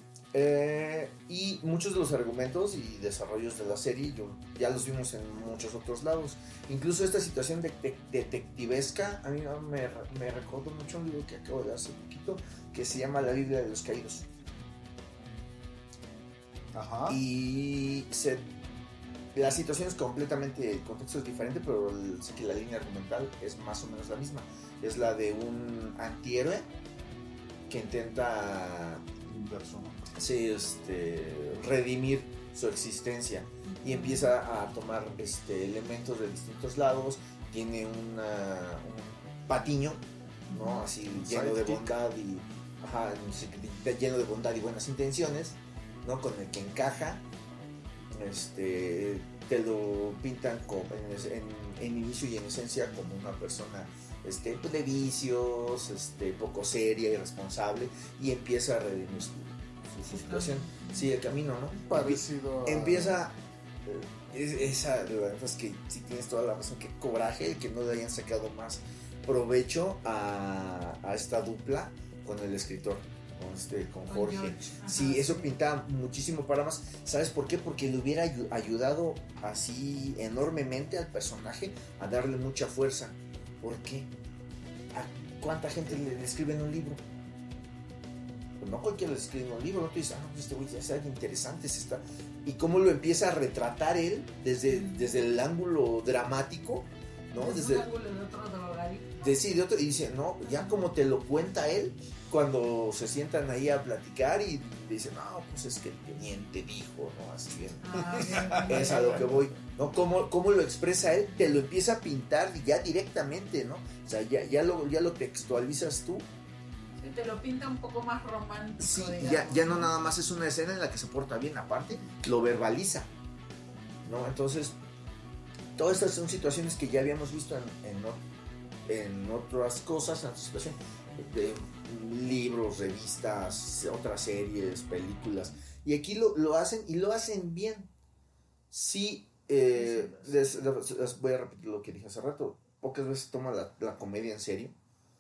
Eh, y muchos de los argumentos y desarrollos de la serie yo, ya los vimos en muchos otros lados. Incluso esta situación de, de- detectivesca a mí me, me recordó mucho un libro que acabo de leer hace poquito que se llama La Biblia de los Caídos. Ajá. Y se, la situación es completamente, el contexto es diferente, pero el- sé que la línea argumental es más o menos la misma. Es la de un antihéroe que intenta Inverso, ¿no? sí, este, redimir su existencia y empieza a tomar este, elementos de distintos lados. Tiene una, un patiño, ¿no? Así lleno de Sidekick. bondad y ajá, lleno de bondad y buenas intenciones, ¿no? Con el que encaja. Este, te lo pintan como en, en, en inicio y en esencia como una persona este, pues, de vicios, este, poco seria, irresponsable, y empieza a redimir su, su su situación. Sí, el camino, ¿no? Parecido a... Empieza... Es, esa, la verdad es que sí tienes toda la razón, que coraje el que no le hayan sacado más provecho a, a esta dupla con el escritor, con, este, con Jorge. Con sí, eso pintaba muchísimo para más. ¿Sabes por qué? Porque le hubiera ayudado así enormemente al personaje a darle mucha fuerza. ¿Por qué? ¿A cuánta gente le, le escribe en un libro? Pues no cualquiera le escribe en un libro, no te dices, ah, pues este güey ya sabe interesante es esta. Y cómo lo empieza a retratar él desde, desde el ángulo dramático, ¿no? Desde, desde un ángulo de otro drogadicto. De, sí, de otro, y dice, no, ya como te lo cuenta él, cuando se sientan ahí a platicar y dicen, no, pues es que el teniente dijo, ¿no? Así bien. Ah, bien, bien, es a lo que voy, ¿no? Cómo, cómo lo expresa él, te lo empieza a pintar ya directamente, ¿no? O sea, ya, ya, lo, ya lo textualizas tú. Sí, te lo pinta un poco más romántico. Sí, digamos, ya, ya no nada más es una escena en la que se porta bien, aparte, lo verbaliza, ¿no? Entonces, todas estas son situaciones que ya habíamos visto en, en, en otras cosas, en otras situaciones, de libros, revistas, otras series, películas, y aquí lo, lo hacen y lo hacen bien. Sí, eh, les, les voy a repetir lo que dije hace rato, pocas veces toma la, la comedia en serio.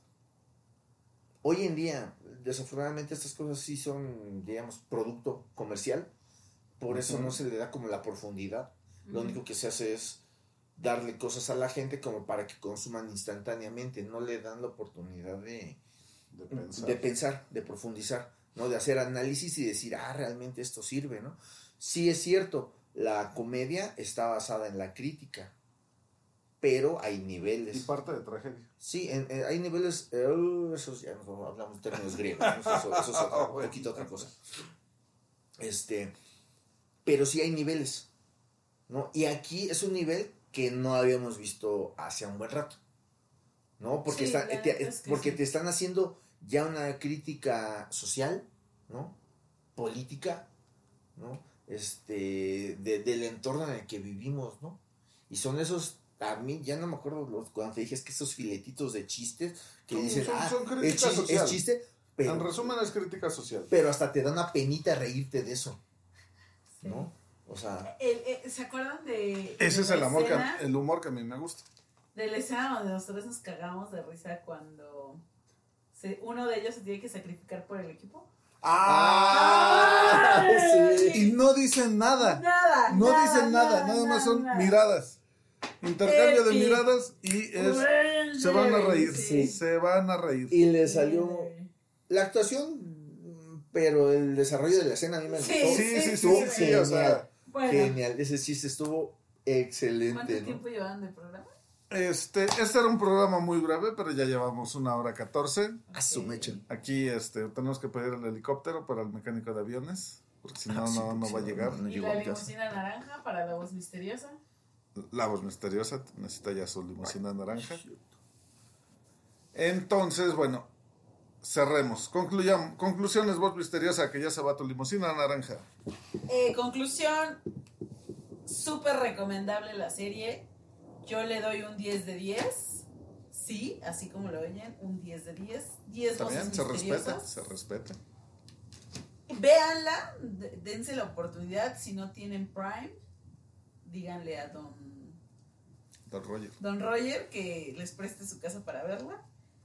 Hoy en día, desafortunadamente, estas cosas sí son, digamos, producto comercial, por eso uh-huh. no se le da como la profundidad. Uh-huh. Lo único que se hace es darle cosas a la gente como para que consuman instantáneamente, no le dan la oportunidad de, de, pensar. de pensar, de profundizar, ¿no? De hacer análisis y decir, ah, realmente esto sirve, ¿no? Sí es cierto, la comedia está basada en la crítica, pero hay niveles. Y parte de tragedia. Sí, en, en, hay niveles, eh, esos ya no hablamos en términos griegos, ¿no? eso, eso, eso es otra, un poquito otra cosa. Este, pero sí hay niveles, ¿no? Y aquí es un nivel que no habíamos visto hace un buen rato, ¿no? Porque, sí, está, te, es porque sí. te están haciendo ya una crítica social, ¿no? Política, ¿no? Este, de, del entorno en el que vivimos, ¿no? Y son esos... A mí ya no me acuerdo los, cuando te dije es que esos filetitos de chistes que son, dicen, son, ah, son crítica es, chiste, social. es chiste, pero... En resumen es crítica social. Pero hasta te da una penita reírte de eso, sí. ¿no? O sea... El, el, ¿Se acuerdan de... Ese de es el, amor escena, que, el humor que a mí me gusta. De la escena donde nosotros nos cagamos de risa cuando se, uno de ellos se tiene que sacrificar por el equipo. ¡Ah! ¡Ah! Sí. Y no dicen nada. Nada. No nada, dicen nada, nada, nada más son nada. miradas. Intercambio de miradas y es se van a reír, sí. se van a reír. Y le salió la actuación, pero el desarrollo de la escena a mí me gustó. Sí, sí, sí, sí, sí, sí, o sea, bueno. Genial, ese chiste estuvo excelente. ¿Cuánto ¿no? tiempo llevaban de programa? Este, este era un programa muy breve, pero ya llevamos una hora catorce. A su mecha. Aquí este, tenemos que pedir el helicóptero para el mecánico de aviones, porque si no, ah, no, sí, no va a llegar. No, no y la limusina naranja para la voz misteriosa. La voz misteriosa necesita ya su limusina naranja. Entonces, bueno, cerremos. Concluyamos. Conclusiones, voz misteriosa, que ya se va tu limusina naranja. Eh, conclusión, súper recomendable la serie. Yo le doy un diez de diez. Sí, así como lo oyen, un diez de diez. diez También se respeta, se respeta. Véanla, dense la oportunidad. Si no tienen Prime, díganle a Don Don Roger. Don Roger que les preste su casa para verla.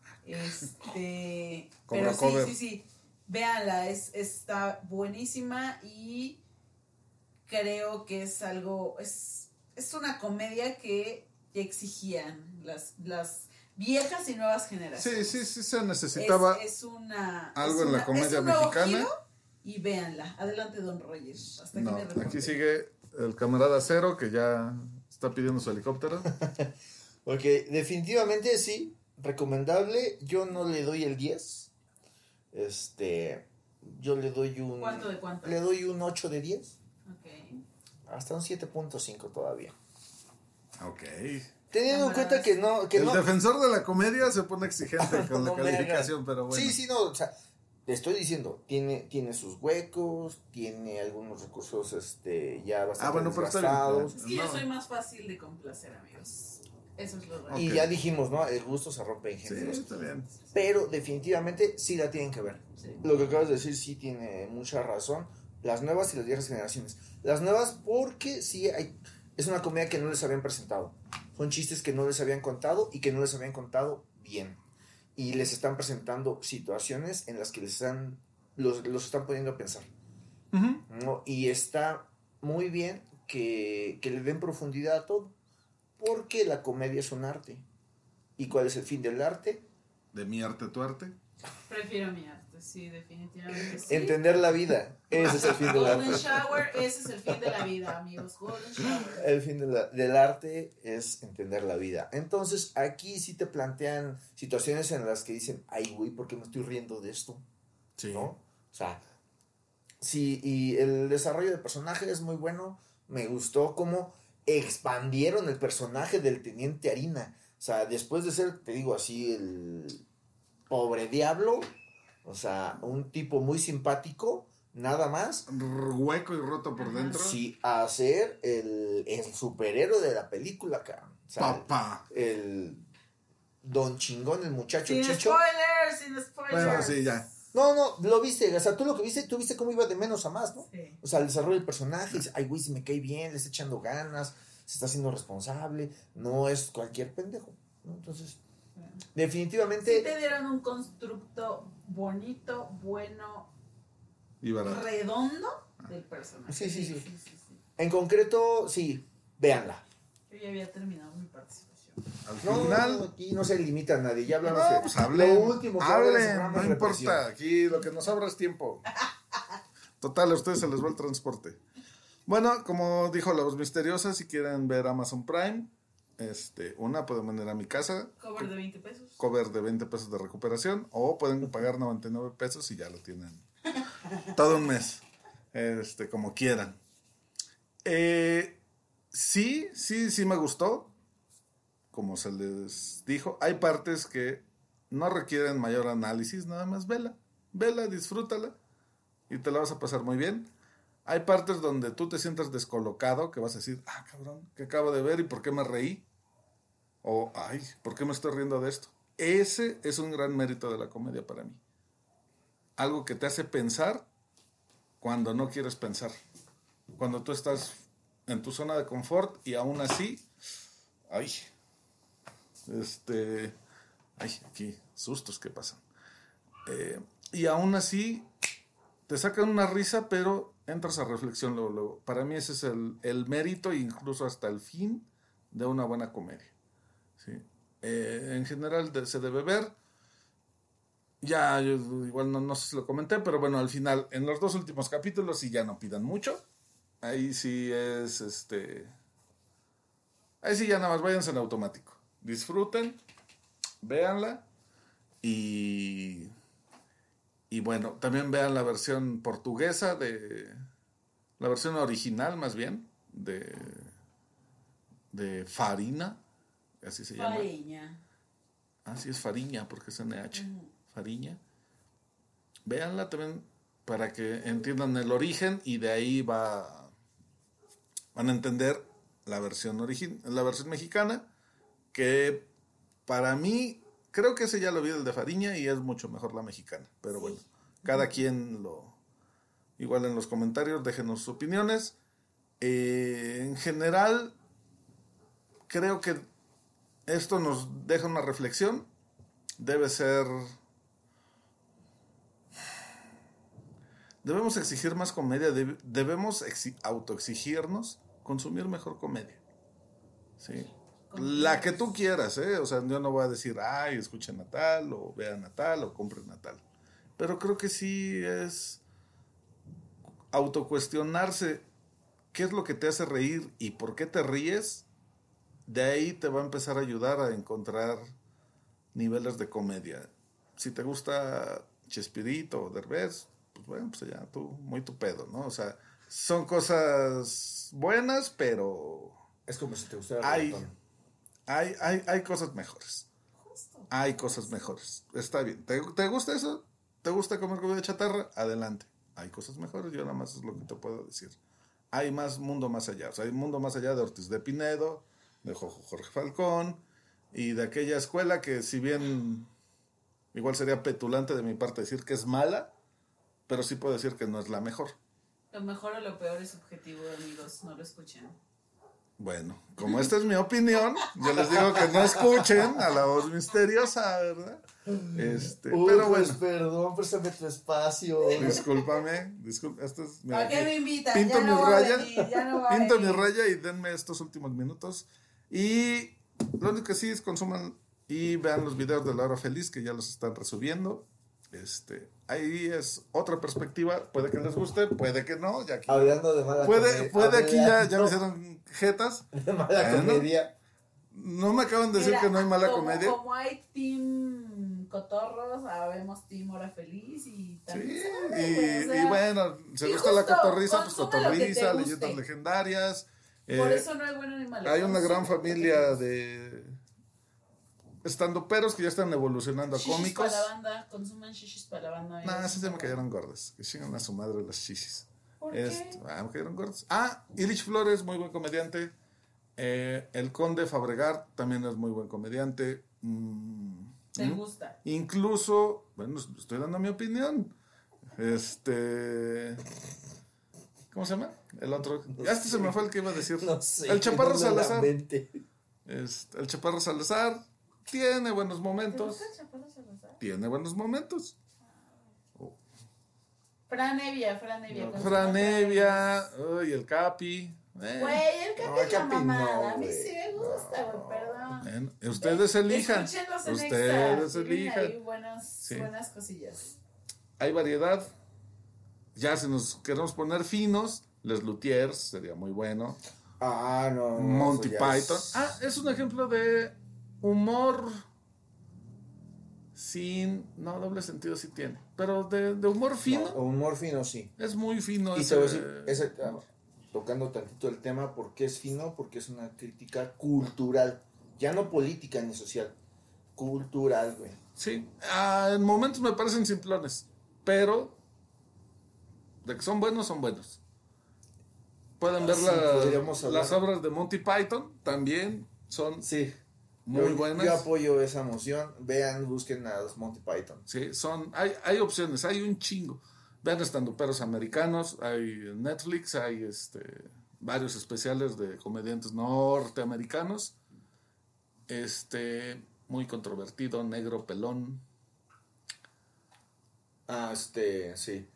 Este, pero sí, cover. sí, sí. Véanla, es, está buenísima y creo que es algo, es, es una comedia que exigían las, las viejas y nuevas generaciones. Sí, sí, sí se necesitaba es, es una, algo es en una, la comedia es un mexicana. Y véanla. Adelante, Don Roger. Hasta no, aquí, me aquí sigue el camarada Cero que ya está pidiendo su helicóptero. Ok, definitivamente sí, recomendable. Yo no le doy el diez. Este, yo le doy un... ¿Cuánto de cuánto? Le doy un ocho de diez. Ok. Hasta un siete punto cinco todavía. Ok. Teniendo en cuenta que no... Que el no, defensor de la comedia se pone exigente con no la calificación, pero bueno. Sí, sí, no, o sea... Te estoy diciendo, tiene, tiene sus huecos, tiene algunos recursos este, ya bastante ah, bueno, desgastados. Es que no. Yo soy más fácil de complacer, amigos. Eso es lo real. Y Ok. ya dijimos, ¿no? El gusto se rompe en Sí, géneros. está bien. Pero definitivamente sí la tienen que ver. Sí. Lo que acabas de decir sí tiene mucha razón. Las nuevas y las viejas generaciones. Las nuevas porque sí hay... Es una comedia que no les habían presentado. Son chistes que no les habían contado y que no les habían contado bien. Y les están presentando situaciones en las que les están, los, los están poniendo a pensar. Ujú. ¿No? Y está muy bien que, que le den profundidad a todo. Porque la comedia es un arte. ¿Y cuál es el fin del arte? De mi arte, tu arte. Prefiero mi arte, sí, definitivamente sí. Entender la vida. Ese es el fin del Golden arte. Shower, ese es el fin de la vida, amigos. Golden Shower. El fin de la- del arte es entender la vida. Entonces, aquí sí te plantean situaciones en las que dicen, ay, güey, ¿por qué me estoy riendo de esto? Sí. ¿No? O sea, sí, y el desarrollo de personaje es muy bueno. Me gustó cómo expandieron el personaje del Teniente Harina. O sea, después de ser, te digo así, el pobre diablo, o sea, un tipo muy simpático, nada más. R- Hueco y roto por Ajá. dentro. Sí, a ser el, el superhéroe de la película, cabrón. O sea, Papá. el Don Chingón, el muchacho Sin Chicho. spoilers, sin spoilers. Bueno, sí, ya. No, no, lo viste, o sea, tú lo que viste, tú viste cómo iba de menos a más, ¿no? Sí. O sea, el desarrollo del personaje, dice, ay, güey, si me cae bien, le está echando ganas, se está haciendo responsable, no es cualquier pendejo, ¿no? Entonces, definitivamente... Sí te dieron un constructo bonito, bueno, Y barato. redondo del personaje. Sí, sí, sí. sí, sí. En concreto, sí, véanla. Yo ya había terminado mi participación. Al No, final. no, aquí no se limita a nadie, ya hablamos No, de pues hablen. lo último que va a haber en Hablen, ese programa no es represión. importa. Aquí lo que nos sobra es tiempo. Total, a ustedes se les va el transporte. Bueno, como dijo la voz misteriosa, si quieren ver Amazon Prime, este, una pueden venir a mi casa, Cover de veinte pesos. cover de veinte pesos de recuperación, o pueden pagar noventa y nueve pesos y ya lo tienen todo un mes, este, como quieran. Eh, sí, sí, sí me gustó, como se les dijo, hay partes que no requieren mayor análisis, nada más vela, vela, disfrútala y te la vas a pasar muy bien. Hay partes donde tú te sientas descolocado, que vas a decir, ah, cabrón, ¿qué acabo de ver y por qué me reí? O, ay, ¿por qué me estoy riendo de esto? Ese es un gran mérito de la comedia para mí. Algo que te hace pensar cuando no quieres pensar. Cuando tú estás en tu zona de confort y aún así, ay, este, ay, aquí, sustos que pasan. Eh, y aún así, te sacan una risa, pero entras a reflexión luego, luego. Para mí ese es el, el mérito e incluso hasta el fin de una buena comedia. ¿Sí? Eh, en general de- se debe ver. Ya, yo igual no, no sé si lo comenté, pero bueno, al final, en los dos últimos capítulos, sí ya no pidan mucho. Ahí sí es, este... Ahí sí ya nada más váyanse en automático. Disfruten, véanla y... Y bueno, también vean la versión portuguesa de... La versión original, más bien, de... De Farina, así se llama. Fariña. Ah, sí, es Fariña, porque es N H. Fariña. Véanla también para que entiendan el origen y de ahí va van a entender la versión origin, la versión mexicana, que para mí creo que ese ya lo vi el de Fariña y es mucho mejor la mexicana, pero bueno, cada quien lo igual en los comentarios déjenos sus opiniones. Eh, en general creo que esto nos deja una reflexión. Debe ser... Debemos exigir más comedia, deb- debemos exi- autoexigirnos consumir mejor comedia. ¿Sí? La que tú quieras, ¿eh? O sea, yo no voy a decir, ay, escuchen a tal, o vean a tal, o compren a tal. Pero creo que sí es autocuestionarse qué es lo que te hace reír y por qué te ríes. De ahí te va a empezar a ayudar a encontrar niveles de comedia. Si te gusta Chespirito o Derbez, pues bueno, pues ya tú, muy tu pedo, ¿no? O sea, son cosas buenas, pero Es como si te gustara hay, el reggaetón. hay, hay, hay cosas mejores. Hay cosas mejores. Está bien. ¿Te, te gusta eso? ¿Te gusta comer comida chatarra? Adelante. Hay cosas mejores, yo nada más es lo que te puedo decir. Hay más mundo más allá. O sea, hay mundo más allá de Ortiz de Pinedo, de Jorge Falcón, y de aquella escuela que si bien igual sería petulante de mi parte decir que es mala, pero sí puedo decir que no es la mejor. Lo mejor o lo peor es subjetivo, amigos, no lo escuchen. Bueno, como esta es mi opinión, yo les digo que no escuchen a la voz misteriosa, ¿verdad? Este, Uy, pero pues, bueno. perdón, préstame tu espacio. Discúlpame, disculpa, esto es, mira, ¿A qué me invitan? Pinto Ya mi no va a raya, venir, ya no va a pinto mi venir. raya y denme estos últimos minutos. Y lo único que sí es consuman y vean los videos de La Hora Feliz, que ya los están resubiendo. Este, ahí es otra perspectiva, puede que les guste, puede que no, ya aquí, Hablando de mala puede, comedia. puede aquí ya, ya me hablando hicieron jetas. de mala Bueno, comedia. no me acaban de decir Mira, que no hay mala como, comedia. Como hay team cotorros, habemos team hora feliz y Sí, también y, se vale, o sea, y bueno, se y gusta la justo, cotorriza, pues consume lo que te cotorriza, guste. leyendas legendarias. por eh, eso no hay bueno ni malo. hay una gran Consume. familia de estandoperos que ya están evolucionando a Shishis cómicos. para la banda, consuman shishis para la banda. Nah, amigos. esas ya me cayeron gordas. Que chingan a su madre las chichis. ¿Por Este, qué? ah, me cayeron gordas. Ah, Ilich Flores, muy buen comediante. Eh, el Conde Fabregat también es muy buen comediante. Mm, ¿Te mm. gusta? Incluso, bueno, estoy dando mi opinión. Este. ¿Cómo se llama? El otro. No este sé. se me fue el que iba a decir. No sé. El Chaparro no me la Salazar. mente. Este, el Chaparro Salazar tiene buenos ¿Te momentos. gusta el Chaparro Salazar? Tiene buenos momentos. Fran Evia, Fran Evia. consuman Fran Evia, uy, el Capi. eh. Güey, el Capi No, el es la Capi mamada. no, a mí güey. sí me gusta, güey, perdón. Bueno, ustedes elijan. Escúchenlos en Ustedes Extra, tienen ahí elijan. buenas, Sí. buenas cosillas. Hay variedad. Ya si nos queremos poner finos, Les Luthiers sería muy bueno. Ah, no. no, Monty eso ya Python. es- Ah, es un ejemplo de humor sin. No, doble sentido sí tiene. Pero de, de humor fino. No, humor fino, sí. Es muy fino. Y ese- te voy a decir, ese, ah, tocando tantito el tema, ¿por qué es fino? Porque es una crítica cultural. Ya no política ni social. Cultural, güey. Sí, ah, en momentos me parecen simplones, pero de que son buenos, son buenos. Pueden ver Sí, la- podríamos hablar. las obras de Monty Python, también son Sí. muy yo, buenas. Yo apoyo esa moción. Vean, busquen a los Monty Python. Sí, son, hay, hay opciones, hay un chingo. Vean estandoperos americanos, hay en Netflix, hay este varios especiales de comediantes norteamericanos. Este, muy controvertido, negro, pelón. Ah, este, sí.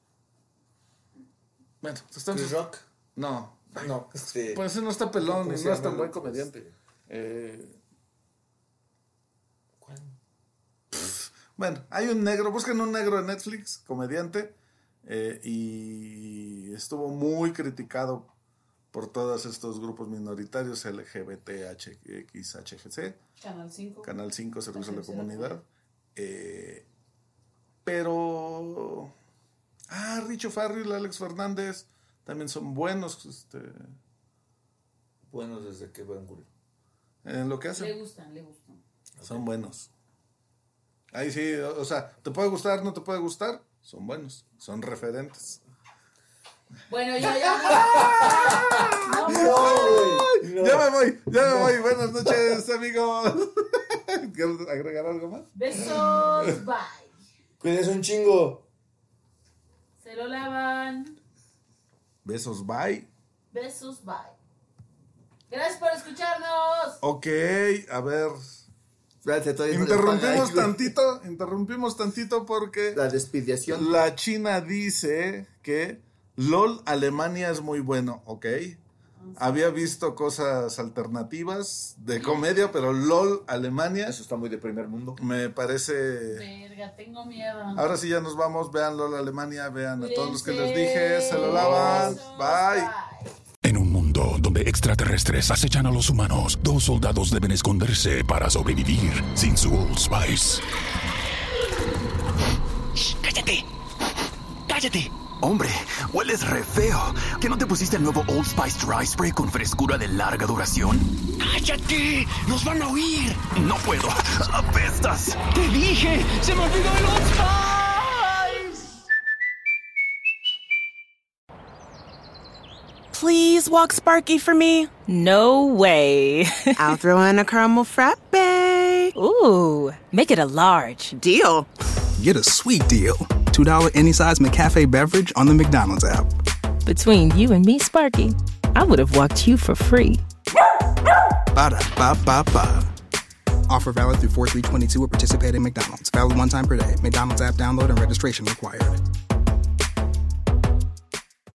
Bueno, están Chris Rock. No, No, este. pues no está pelón ¿cómo y se no es llama tan el buen otro? comediante. Este, Eh, ¿Cuál? bueno, hay un negro, busquen un negro en Netflix, comediante, eh, y estuvo muy criticado por todos estos grupos minoritarios L G B T H X H G C, Canal cinco. Canal cinco, Servicio a la Servicio a la Comunidad. Eh, pero... Ah, Richo Farrell, Alex Fernández, también son buenos este, Bueno, desde que Ben Gurion. en lo que Le hacen. gustan, le gustan. Son buenos. Ahí sí, o o sea, te puede gustar, no te puede gustar, son buenos, son referentes. Bueno, ya, ya. No, No, no. güey. No. Ya me voy, ya me voy. Buenas noches, amigos. ¿Quieres agregar algo más? Besos, bye. Cuídense un chingo. Se lo lavan. Besos, bye. Besos, bye. Gracias por escucharnos. Ok, a ver. Espérate, todavía no le Interrumpimos pagan, güey. tantito, interrumpimos tantito porque La despidiación. la China dice que LOL Alemania es muy bueno, ok. Había visto cosas alternativas de comedia, pero LOL Alemania Eso está muy de primer mundo. me parece... Verga, tengo miedo. Ahora sí ya nos vamos, vean LOL Alemania, vean a todos los que les Cuídense. dije, se lo lavan, Besos, bye. En un mundo donde extraterrestres acechan a los humanos, dos soldados deben esconderse para sobrevivir sin su Old Spice. Shh, ¡cállate! ¡Cállate! Hombre, hueles re feo. ¿Que no te pusiste el nuevo Old Spice Dry Spray con frescura de larga duración? ¡Cállate! ¡Nos van a oír! No puedo. ¡Apestas! ¡Te dije! ¡Se me olvidó el Old Spice! please walk Sparky for me? No way. I'll throw in a caramel frappe. Ooh, make it a large. Deal. Get a sweet deal. two dollars any size McCafe beverage on the McDonald's app. Between you and me, Sparky, I would have walked you for free. Ba-da-ba-ba-ba. Offer valid through four three twenty-two at participating McDonald's. Valid one time per day. McDonald's app download and registration required.